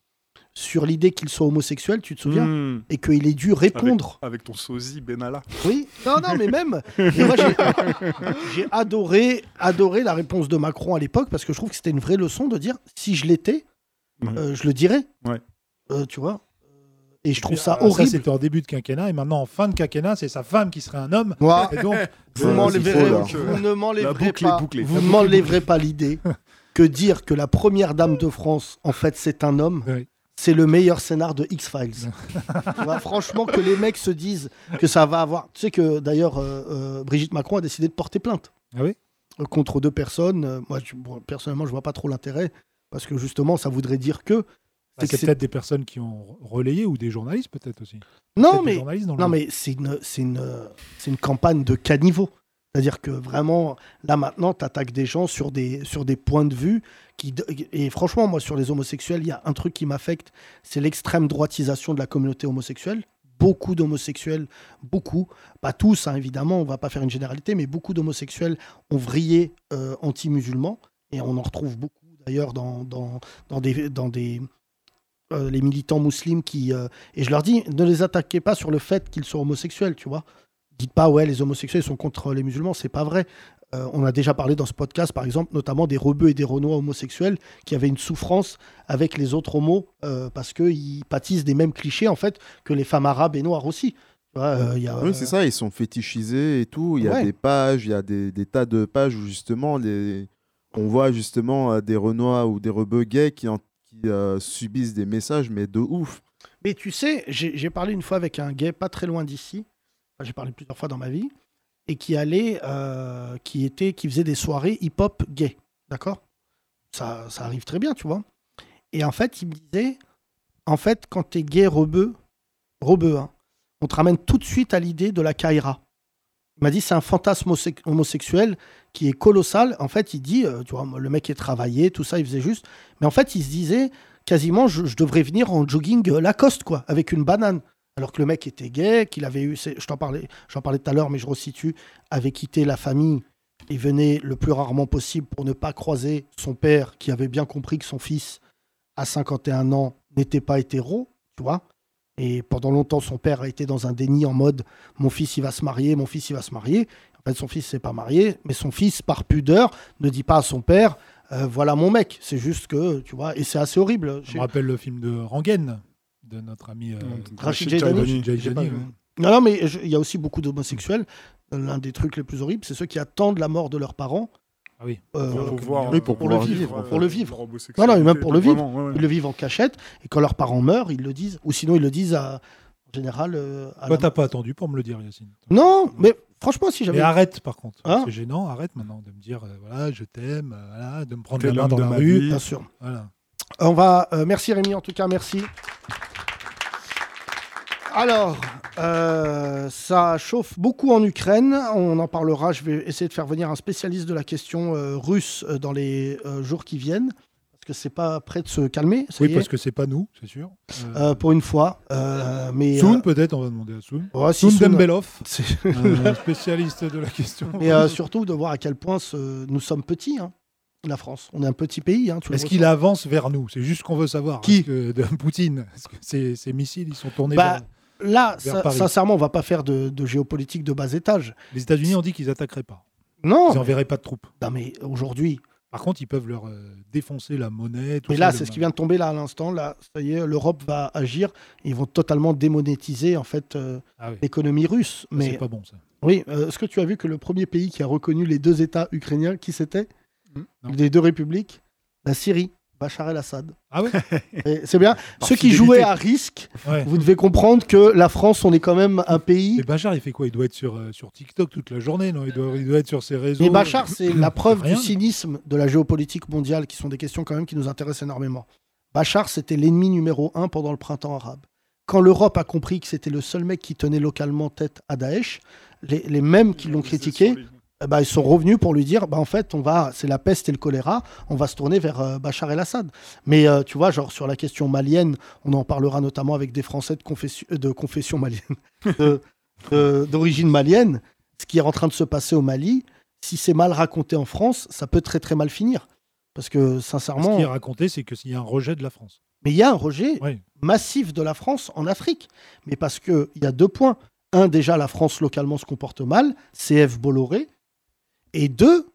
sur l'idée qu'il soit homosexuel, tu te souviens Mmh. Et qu'il ait dû répondre. Avec, avec ton sosie Benalla. Oui, non, non, mais même. Et moi, j'ai, j'ai adoré, adoré la réponse de Macron à l'époque parce que je trouve que c'était une vraie leçon de dire si je l'étais, Ouais. euh, je le dirais. Ouais. Euh, tu vois Et je trouve ça Ah, horrible. Ça, c'était en début de quinquennat. Et maintenant, en fin de quinquennat, c'est sa femme qui serait un homme. Moi, Et donc, vous, Ouais, m'enlèverez- c'est faux, là. vous ne m'enlèverez La boucle est pas, bouclée. vous La ne boucle est m'enlèverez pas l'idée que dire que la première dame de France, en fait, c'est un homme. Oui. C'est le meilleur scénar de X-Files. Tu vois, franchement, que les mecs se disent que ça va avoir. Tu sais que d'ailleurs, euh, euh, Brigitte Macron a décidé de porter plainte Ah oui euh, contre deux personnes. Euh, moi, je- bon, personnellement, je vois pas trop l'intérêt parce que justement, ça voudrait dire que. Bah, c'est que c'est c'est- peut-être des personnes qui ont relayé ou des journalistes, peut-être aussi. Non, Peut-être des mais, journalistes dans le non, jeu. mais c'est une, c'est une, c'est une campagne de caniveau. C'est-à-dire que vraiment, là maintenant, tu attaques des gens sur des, sur des points de vue. Qui, et franchement, moi, sur les homosexuels, il y a un truc qui m'affecte, c'est l'extrême droitisation de la communauté homosexuelle. Beaucoup d'homosexuels, beaucoup, pas tous, hein, évidemment, on va pas faire une généralité, mais beaucoup d'homosexuels ont vrillé euh, anti-musulmans. Et on en retrouve beaucoup, d'ailleurs, dans, dans, dans des... Dans des euh, les militants musulmans qui... euh, et je leur dis, ne les attaquez pas sur le fait qu'ils soient homosexuels, tu vois. Dites pas, ouais, les homosexuels sont contre les musulmans, c'est pas vrai. Euh, on a déjà parlé dans ce podcast, par exemple, notamment des rebeux et des renois homosexuels qui avaient une souffrance avec les autres homos euh, parce qu'ils pâtissent des mêmes clichés, en fait, que les femmes arabes et noires aussi. Tu vois, euh, y a, Oui, c'est ça, ils sont fétichisés et tout. Il y a Ouais. des pages, il y a des, des tas de pages où justement les... on voit justement euh, des Renois ou des rebeux gays qui, en- qui euh, subissent des messages, mais de ouf. Mais tu sais, j'ai j'ai parlé une fois avec un gay pas très loin d'ici. Enfin, j'ai parlé plusieurs fois dans ma vie. Et qui allait, euh, qui était, qui faisait des soirées hip-hop gay. D'accord ça, ça arrive très bien, tu vois. Et en fait, il me disait, en fait, quand t'es gay rebeu, rebeu, hein, on te ramène tout de suite à l'idée de la Kaira. Il m'a dit, c'est un fantasme homose- homosexuel qui est colossal. En fait, il dit, euh, tu vois, le mec est travaillé, tout ça, il faisait juste. Mais en fait, il se disait, quasiment, je, je devrais venir en jogging euh, Lacoste, quoi, avec une banane. Alors que le mec était gay, qu'il avait eu, c'est- je t'en parlais, j'en parlais tout à l'heure, mais je resitue, avait quitté la famille et venait le plus rarement possible pour ne pas croiser son père, qui avait bien compris que son fils, à cinquante et un ans, n'était pas hétéro, tu vois. Et pendant longtemps, son père a été dans un déni en mode « mon fils, il va se marier, mon fils, il va se marier ». En fait, son fils s'est pas marié, mais son fils, par pudeur, ne dit pas à son père euh, voilà mon mec ». C'est juste que, tu vois, et c'est assez horrible. Je me rappelle le film de Rangen, de notre ami euh, Rachid Jaidani. Rachid J'ai Jaidani, pas ouais. vu. Non, non, mais je- il y a aussi beaucoup d'homosexuels. L'un des trucs les plus horribles, c'est ceux qui attendent la mort de leurs parents. Ah oui. euh, Pour pouvoir, oui, pour pour le pouvoir vivre, vivre, pour le euh, vivre. leur Non, homosexualité, non, et même pour le vivre. vraiment, ouais, ouais. Ils le vivent en cachette. Et quand leurs parents meurent, ils le disent. Ou sinon, ils le disent à, en général. euh, à Toi, la- t'as pas attendu pour me le dire, Yacine. Non, mais franchement, si j'avais. Mais arrête, par contre. Hein c'est gênant, arrête maintenant de me dire, euh, voilà, je t'aime, euh, voilà, de me prendre T'es la main l'homme dans de la ma rue. vie. Bien sûr. Voilà. On va. euh, merci Rémi, en tout cas, merci. Alors, euh, ça chauffe beaucoup en Ukraine. On en parlera. Je vais essayer de faire venir un spécialiste de la question euh, russe euh, dans les euh, jours qui viennent. parce que c'est pas prêt de se calmer. ça Oui, y est. parce que c'est pas nous, c'est sûr. Euh, Euh, pour une fois. euh, mais Soun, euh, peut-être, on va demander à Soun. ouais, si Soun Soun- Dembélov, c'est- euh, spécialiste de la question. Mais euh, surtout de voir à quel point ce- nous sommes petits, hein, la France. On est un petit pays. Hein, tu le Est-ce ressens. qu'il avance vers nous? C'est juste ce qu'on veut savoir. Qui Est-ce que- de Poutine. Est-ce que ces, ces missiles, ils sont tournés Bah, vers, Là, vers ça- Paris. sincèrement, on va pas faire de, de géopolitique de bas étage. Les États-Unis ont dit qu'ils attaqueraient pas. Non. Ils n'enverraient pas de troupes. Non, mais aujourd'hui. Par contre, ils peuvent leur euh, défoncer la monnaie. Tout Mais ça, là, le- c'est ce qui vient de tomber là à l'instant. Là, ça y est, l'Europe va agir. Ils vont totalement démonétiser en fait euh, Ah oui. l'économie russe. Ça, Mais c'est pas bon, ça. Oui. euh, Est-ce que tu as vu que le premier pays qui a reconnu les deux États ukrainiens, qui c'était Non. Les deux républiques, la Syrie, Bachar el-Assad. Ah ouais. Et C'est bien. Par Ceux qui fidélité. jouaient à risque, Ouais. vous devez comprendre que la France, on est quand même un pays. Mais Bachar, il fait quoi? Il doit être sur, euh, sur TikTok toute la journée, non? Il doit, il doit être sur ses réseaux. Mais Bachar, c'est la preuve Rien. du cynisme de la géopolitique mondiale, qui sont des questions quand même qui nous intéressent énormément. Bachar, c'était l'ennemi numéro un pendant le printemps arabe. Quand l'Europe a compris que c'était le seul mec qui tenait localement tête à Daesh, les, les mêmes qui l'ont critiqué, eh ben, ils sont revenus pour lui dire, bah, en fait, on va, c'est la peste et le choléra, on va se tourner vers euh, Bachar el-Assad. Mais euh, tu vois, genre sur la question malienne, on en parlera notamment avec des Français de confession, de confession malienne, de- de- d'origine malienne. Ce qui est en train de se passer au Mali, si c'est mal raconté en France, ça peut très très mal finir. Parce que Ce sincèrement, qui est raconté, c'est qu'il y a un rejet de la France. mais il y a un rejet Oui. massif de la France en Afrique. Mais parce qu'il y a deux points. Un, déjà, la France localement se comporte mal, C F Bolloré. Et deux,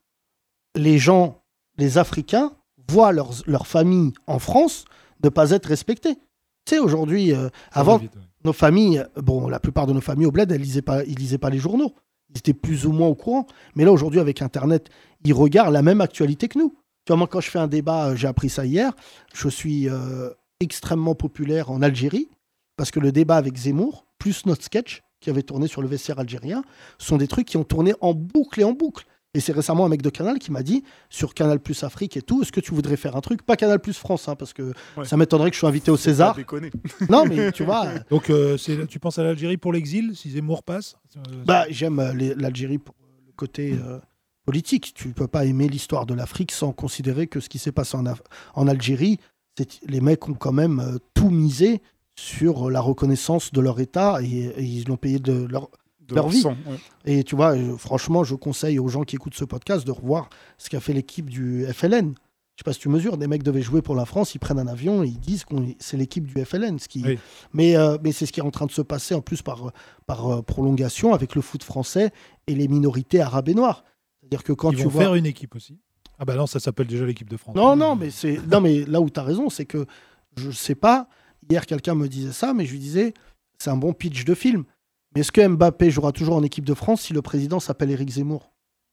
les gens, les Africains, voient leurs, leur famille en France ne pas être respectées. Tu sais, aujourd'hui, euh, Ça avant, va vite, ouais. nos familles, bon, la plupart de nos familles au bled, elles lisaient pas, ils lisaient pas les journaux. Ils étaient plus ou moins au courant. Mais là, aujourd'hui, avec Internet, ils regardent la même actualité que nous. Tu vois, moi, quand je fais un débat, euh, j'ai appris ça hier, je suis euh, extrêmement populaire en Algérie, parce que le débat avec Zemmour, plus notre sketch qui avait tourné sur le vestiaire algérien, sont des trucs qui ont tourné en boucle et en boucle. Et c'est récemment un mec de Canal qui m'a dit, sur Canal Plus Afrique et tout, est-ce que tu voudrais faire un truc? Pas Canal Plus France, hein, parce que Ouais. ça m'étonnerait que je sois invité au César. Pas déconner. Non, mais tu vois... euh, Donc, euh, c'est- tu penses à l'Algérie pour l'exil, si Zemmour passe? Euh, Bah, j'aime euh, les- l'Algérie pour le côté euh, politique. Tu peux pas aimer l'histoire de l'Afrique sans considérer que ce qui s'est passé en, Af- en Algérie, c'est les mecs ont quand même euh, tout misé sur la reconnaissance de leur État et, et ils l'ont payé de leur, De leur leur vie. sang, ouais. Et tu vois, euh, franchement, je conseille aux gens qui écoutent ce podcast de revoir ce qu'a fait l'équipe du F L N. Je sais pas si tu mesures, des mecs devaient jouer pour la France, ils prennent un avion et ils disent que c'est l'équipe du F L N. Ce qui... Oui. Mais, euh, mais c'est ce qui est en train de se passer en plus par, par euh, prolongation avec le foot français et les minorités arabes et noires. C'est-à-dire que quand Ils tu vont vois... faire une équipe aussi. Ah bah non, ça s'appelle déjà l'équipe de France. Non, non, mais, c'est... non, mais là où tu as raison, c'est que je sais pas, hier quelqu'un me disait ça, mais je lui disais, c'est un bon pitch de film. Mais est-ce que Mbappé jouera toujours en équipe de France si le président s'appelle Éric Zemmour?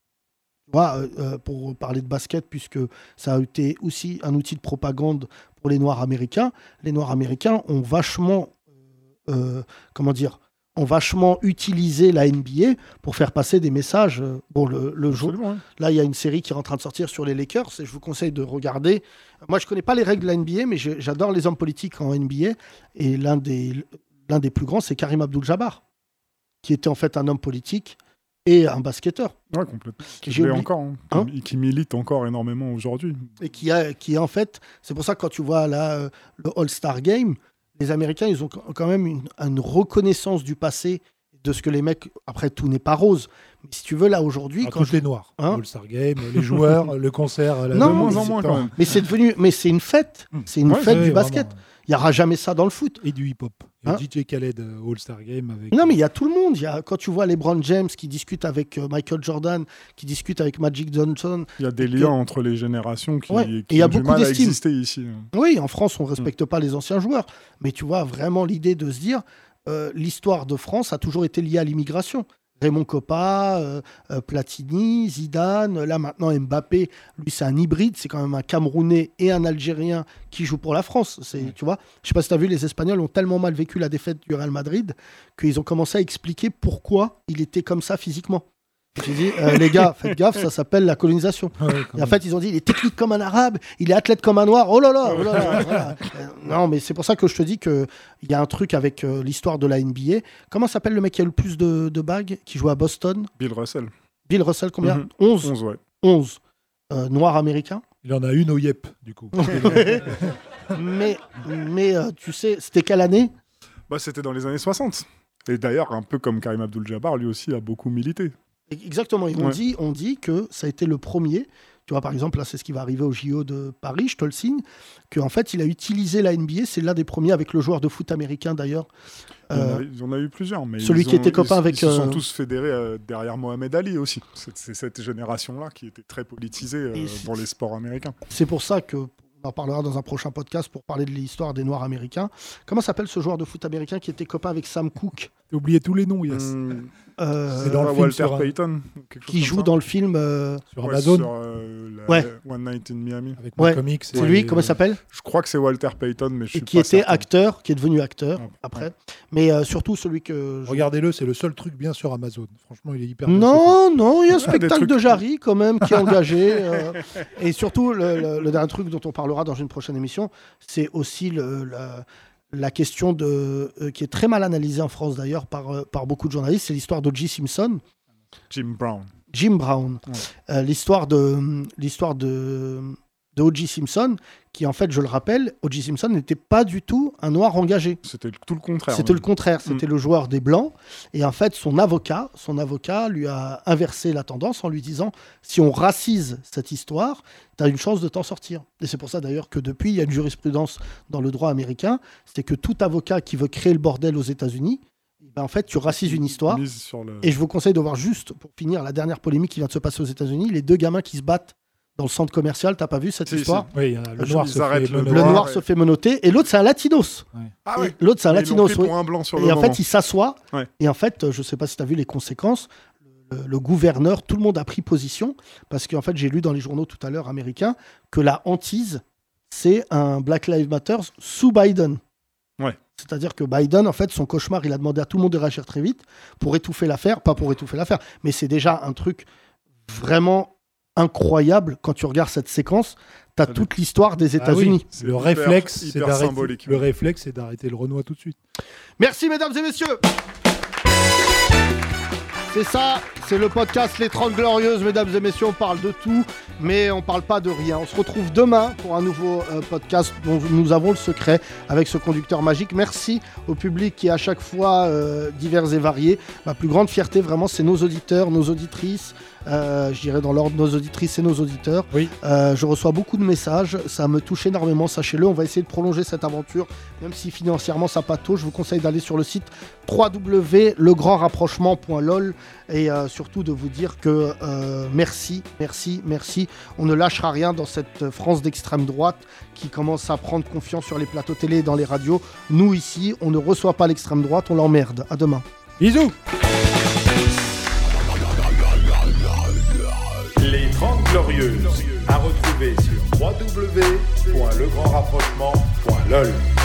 Tu vois, euh, euh, pour parler de basket, puisque ça a été aussi un outil de propagande pour les Noirs américains, les Noirs américains ont vachement, euh, comment dire, ont vachement utilisé la N B A pour faire passer des messages. euh, Bon, le, le jour, Absolument, ouais. là, il y a une série qui est en train de sortir sur les Lakers et je vous conseille de regarder. Moi, je connais pas les règles de la N B A, mais je- j'adore les hommes politiques en N B A. Et l'un des, l'un des plus grands, c'est Karim Abdul-Jabbar, qui était en fait un homme politique et un basketteur. Ouais, complètement. Qui J'ai l'est oublié- encore, hein. Hein Qui- qui milite encore énormément aujourd'hui. Et qui a, qui a en fait, c'est pour ça que quand tu vois là euh, le All-Star Game, les Américains, ils ont quand même une, une reconnaissance du passé de ce que les mecs. Après, tout n'est pas rose. Mais si tu veux, là aujourd'hui, Alors, quand tous je- les noirs. Hein All-Star Game, les joueurs, le concert. La Non, de moins mais en c'est moins pas- quand même. Mais c'est devenu, mais c'est une fête. C'est une Ouais, fête ouais, du vraiment, basket. ouais. Il n'y aura jamais ça dans le foot. Et du hip-hop. Il y a Hein D J Khaled euh, All-Star Game avec. Non, mais il y a tout le monde. Il y a, quand tu vois LeBron James qui discute avec euh, Michael Jordan, qui discute avec Magic Johnson. Il y a des et que- liens entre les générations qui, Ouais, qui et il y a ont du beaucoup mal à d'estime. exister ici. hein. Oui, en France, on ne respecte Mm. pas les anciens joueurs. Mais tu vois, vraiment l'idée de se dire, euh, l'histoire de France a toujours été liée à l'immigration. Raymond Coppa, euh, euh, Platini, Zidane, là maintenant Mbappé, lui c'est un hybride, c'est quand même un Camerounais et un Algérien qui joue pour la France. C'est, tu vois, je sais pas si tu as vu, les Espagnols ont tellement mal vécu la défaite du Real Madrid qu'ils ont commencé à expliquer pourquoi il était comme ça physiquement. J'ai dit, euh, les gars, faites gaffe, ça s'appelle la colonisation. Ouais, quand Et en même. fait, ils ont dit, il est technique comme un arabe, il est athlète comme un noir, oh là là, oh là là, voilà. Euh, Non, mais c'est pour ça que je te dis qu'il y a un truc avec euh, l'histoire de la N B A. Comment s'appelle le mec qui a eu le plus de, de bagues, qui joue à Boston? Bill Russell. Bill Russell, combien? Mhm. onze. onze, ouais. onze. Euh, noir américain. Il en a une au Yep, du coup. mais mais euh, tu sais, c'était quelle année? Bah, c'était dans les années soixante. Et d'ailleurs, un peu comme Karim Abdul-Jabbar, lui aussi a beaucoup milité. Exactement. Et on, Ouais. dit, on dit que ça a été le premier. Tu vois, par exemple, là, c'est ce qui va arriver au J O de Paris, je te le signe, qu'en fait, il a utilisé la N B A. C'est l'un des premiers avec le joueur de foot américain, d'ailleurs. Il y en a- Euh, il y en a eu plusieurs. Mais celui ils qui ont- était copain ils- avec, Ils se sont euh, tous fédérés euh, derrière Mohamed Ali aussi. C'est c'est cette génération-là qui était très politisée euh, Et c'est- dans les sports américains. C'est pour ça que on en parlera dans un prochain podcast pour parler de l'histoire des Noirs américains. Comment s'appelle ce joueur de foot américain qui était copain avec Sam Cooke? T'as oublié tous les noms, Yass. Hum, Euh, C'est dans le pas film Walter sur, euh, Payton, quelque chose qui comme joue ça. dans le film. euh, Sur Ouais, Amazon, sur, euh, la- Ouais. One Night in Miami. avec Ouais. Malcolm X. C'est et- lui, comment il s'appelle? Je crois que c'est Walter Payton, mais je suis Et qui pas était certain. acteur, qui est devenu acteur Ouais. après. Mais euh, surtout celui que. je- Regardez-le, c'est le seul truc bien sur Amazon. Franchement, il est hyper bien fait. Non, non, il y a un Ah, des spectacle trucs- de Jarry quand même qui est engagé. euh, et surtout, le, le- le dernier truc dont on parlera dans une prochaine émission, c'est aussi le, la, la question de, euh, qui est très mal analysée en France d'ailleurs par, euh, par beaucoup de journalistes, c'est l'histoire d'O J Simpson. Jim Brown. Jim Brown. Ouais. Euh, l'histoire de l'histoire de de O J Simpson, qui en fait, je le rappelle, O J Simpson n'était pas du tout un noir engagé. C'était tout le contraire. C'était même. le contraire, c'était Mm. le joueur des Blancs. Et en fait, son avocat, son avocat lui a inversé la tendance en lui disant, si on racise cette histoire, tu as une chance de t'en sortir. Et c'est pour ça d'ailleurs que depuis, il y a une jurisprudence dans le droit américain, c'est que tout avocat qui veut créer le bordel aux États-Unis, ben en fait, tu racises une histoire. Mise sur le- Et je vous conseille de voir juste, pour finir, la dernière polémique qui vient de se passer aux États-Unis, les deux gamins qui se battent dans le centre commercial. T'as pas vu cette Si, histoire? Oui, il y en a- le Euh, noir ils se arrêtent fait le Le menotter. noir Noir, se et- fait menotter et l'autre c'est un latinos. Ah Et ouais. l'autre c'est un Et ils l'ont latinos. pris pour oui. un blanc sur Et le en moment. fait il s'assoit Ouais. et en fait euh, je sais pas si tu as vu les conséquences. Le, le gouverneur, tout le monde a pris position parce qu'en fait j'ai lu dans les journaux tout à l'heure américains que la hantise c'est un Black Lives Matter sous Biden. Ouais. C'est-à-dire que Biden, en fait, son cauchemar, il a demandé à tout le monde de réagir très vite pour étouffer l'affaire, pas pour étouffer l'affaire, mais c'est déjà un truc vraiment incroyable quand tu regardes cette séquence. Tu as Ah, toute l'histoire des Ah oui, États-Unis. C'est le hyper- réflexe, c'est hyper d'arrêter. symbolique. Le réflexe, c'est d'arrêter le Renoir tout de suite. Merci, mesdames et messieurs. C'est ça, c'est le podcast Les trente Glorieuses, mesdames et messieurs. On parle de tout, mais on parle pas de rien. On se retrouve demain pour un nouveau euh, podcast dont nous avons le secret avec ce conducteur magique. Merci au public qui est à chaque fois euh, divers et varié. Ma plus grande fierté, vraiment, c'est nos auditeurs, nos auditrices. Euh, je dirais dans l'ordre nos auditrices et nos auditeurs. Oui. Euh, je reçois beaucoup de messages, ça me touche énormément, sachez-le. On va essayer de prolonger cette aventure, même si financièrement ça patauge. Je vous conseille d'aller sur le site w w w point le grand rapprochement point l o l et euh, surtout de vous dire que euh, merci, merci, merci. On ne lâchera rien dans cette France d'extrême droite qui commence à prendre confiance sur les plateaux télé et dans les radios. Nous ici, on ne reçoit pas l'extrême droite, on l'emmerde. À demain. Bisous. Les trente Glorieuses, à retrouver sur w w w point le grand rapprochement point l o l.